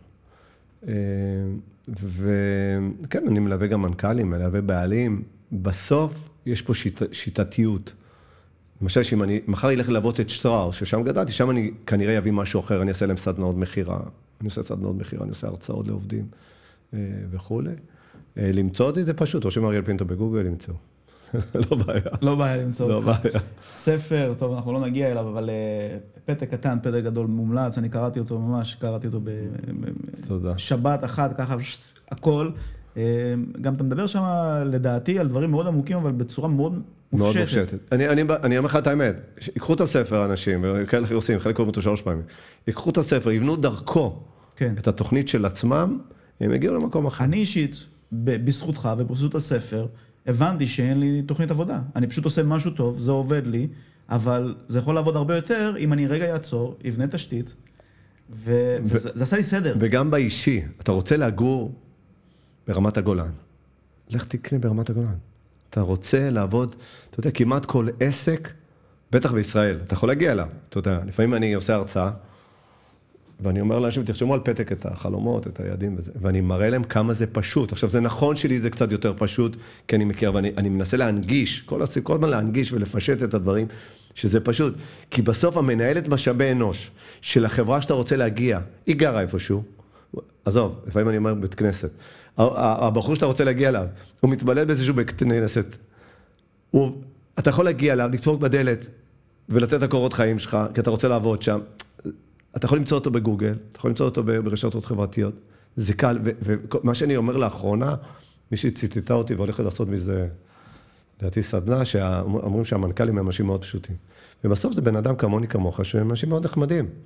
וכן, אני מלווה גם מנכ"לים, מלווה בעלים. בסוף יש פה שיט, שיטתיות. למשל, שאם אני מחר ילך ללוות את שטראוס, ששם גדלתי, שם אני כנראה יביא משהו אחר, אני אעשה להם סדנאות מחירה. אני עושה סדנאות מחירה, אני עושה הרצאות לעובדים וכו'. למצוא אותי זה פשוט, רושם אריאל פינטו בגוגל, למצוא. לא בעיה. לא בעיה למצוא אותך. לא בעיה. ספר, טוב, אנחנו לא נגיע אליו, אבל פתק קטן, פתק גדול מומלץ, אני קראתי אותו ממש, קראתי אותו בשבת אחת, ככה, הכל. גם אתה מדבר שם, לדעתי, על דברים מאוד עמוקים, אבל בצורה מאוד מופשטת. מאוד מופשטת. אני אומר לך את האמת, ייקחו את הספר, אנשים, וכאלה עושים, חלק קוראים אותו שלוש פעמים, ייקחו את הספר, יבנו דרכו את התוכנית של עצמם, הם יגיעו למקום אחר. אני אישית, בזכותך ובזכות הספר, הבנתי שאין לי תוכנית עבודה. אני פשוט עושה משהו טוב, זה עובד לי, אבל זה יכול לעבוד הרבה יותר אם אני רגע יעצור, יבנה תשתית, וזה עשה לי סדר. וגם באישי, אתה רוצה לגור ברמת הגולן. לך תקנה ברמת הגולן. אתה רוצה לעבוד, אתה יודע, כמעט כל עסק, בטח בישראל, אתה יכול להגיע אליו. אתה יודע, לפעמים אני עושה הרצאה, ואני אומר לאנשים, תרשמו על פתק את החלומות, את היעדים וזה, ואני מראה להם כמה זה פשוט. עכשיו, זה נכון שלי זה קצת יותר פשוט, כי אני מכיר, ואני אני מנסה להנגיש, כל הסיב, כל הזמן להנגיש ולפשט את הדברים, שזה פשוט. כי בסוף המנהלת משאבי אנוש של החברה שאתה רוצה להגיע, היא גרה איפשהו, עזוב, לפעמים אני אומר בית כנסת, הבחור שאתה רוצה להגיע אליו, הוא מתבלל באיזשהו בית כנסת, הוא, אתה יכול להגיע אליו, לקצור בדלת, ולתת את הקורות חיים שלך, כי אתה רוצה לעבוד שם. אתה יכול למצוא אותו בגוגל, אתה יכול למצוא אותו ברשתות חברתיות, זה קל, ומה שאני אומר לאחרונה, מישהי ציטטה אותי והולכת לעשות מזה, לדעתי סדנה, שאומרים שהמנכ"לים הם אנשים מאוד פשוטים. ובסוף זה בן אדם כמוני כמוך, שהם אנשים מאוד נחמדים.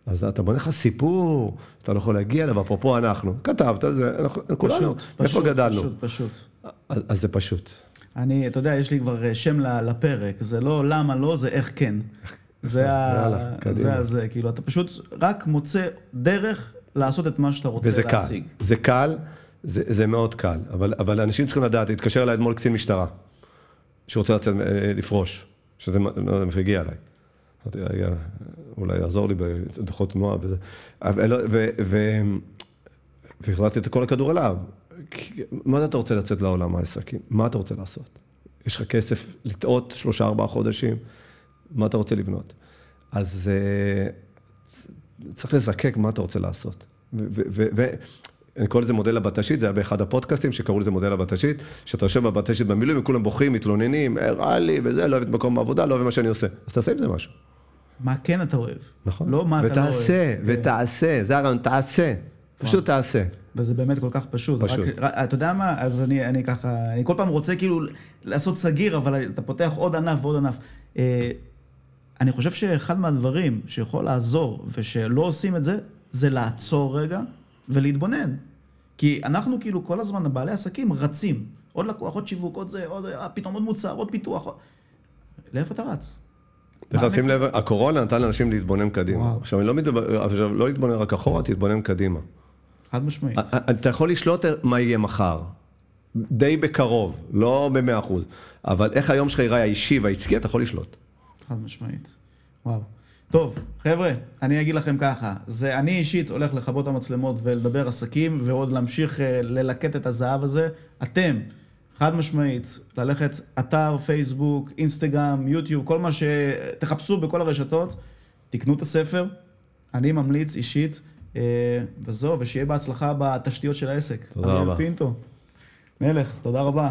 אז אתה בונה לך סיפור, אתה לא יכול להגיע אליו, אפרופו אנחנו. כתבת, זה, אנחנו, כולנו, איפה גדלנו? פשוט, פשוט. אז, אז זה פשוט. אני, אתה יודע, יש לי כבר שם לפרק, זה לא למה לא, זה איך כן. זה ה... זה זה, כאילו, אתה פשוט רק מוצא דרך לעשות את מה שאתה רוצה להשיג. זה קל, זה, זה מאוד קל, אבל, אבל אנשים צריכים לדעת, התקשר אליי אתמול קצין משטרה, שרוצה לצאת, לפרוש, שזה מפגיע עליי. רגע, אולי יעזור לי בדוחות תנועה וזה. והחלטתי את כל הכדור אליו. מה אתה רוצה לצאת לעולם העסקים? מה אתה רוצה לעשות? יש לך כסף לטעות שלושה, ארבעה חודשים, מה אתה רוצה לבנות? אז צריך לזקק מה אתה רוצה לעשות. ואני קורא לזה מודל הבטשית, זה היה באחד הפודקאסטים שקראו לזה מודל הבטשית, שאתה יושב בבטשית במילואים, וכולם בוכים, מתלוננים, רע לי וזה, לא אוהב את מקום העבודה, לא אוהב מה שאני עושה. אז תעשה עם זה משהו. מה כן אתה אוהב? נכון. לא מה אתה לא אוהב. ותעשה, ותעשה, זה הרעיון, תעשה. פשוט תעשה. וזה באמת כל כך פשוט. פשוט. אתה יודע מה? אז אני, אני ככה, אני כל פעם רוצה כאילו לעשות סגיר, אבל אתה פותח עוד ענף ועוד ענף. אני חושב שאחד מהדברים שיכול לעזור, ושלא עושים את זה, זה לעצור רגע ולהתבונן. כי אנחנו כאילו כל הזמן, בעלי עסקים, רצים. עוד לקוח, עוד שיווק, עוד זה, עוד, פתאום עוד מוצר, עוד פיתוח. לאיפה אתה רץ? צריך לשים לב, הקורונה נתן לאנשים להתבונן קדימה. עכשיו, אני לא מדבר, עכשיו, לא להתבונן רק אחורה, תתבונן קדימה. חד משמעית. אתה יכול לשלוט מה יהיה מחר. די בקרוב, לא במאה אחוז. אבל איך היום שלך יראה האישי והעסקי, אתה יכול לשלוט. חד משמעית. וואו. טוב, חבר'ה, אני אגיד לכם ככה, זה אני אישית הולך לכבות המצלמות ולדבר עסקים, ועוד להמשיך ללקט את הזהב הזה. אתם, חד משמעית, ללכת אתר, פייסבוק, אינסטגרם, יוטיוב, כל מה שתחפשו בכל הרשתות, תקנו את הספר, אני ממליץ אישית, וזהו, ושיהיה בהצלחה בתשתיות של העסק. תודה רבה. אריאל פינטו, מלך, תודה רבה.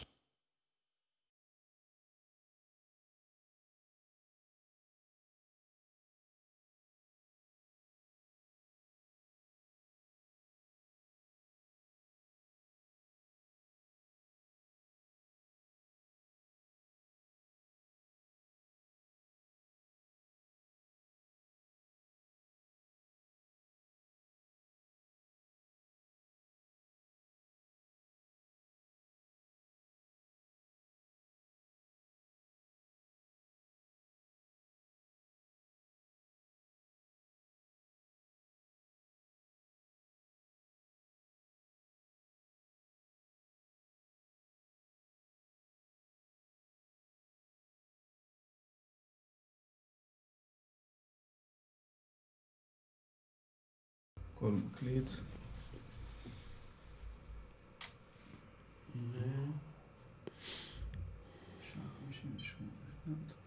הכל מקליט. שעה חמישים ושמונה.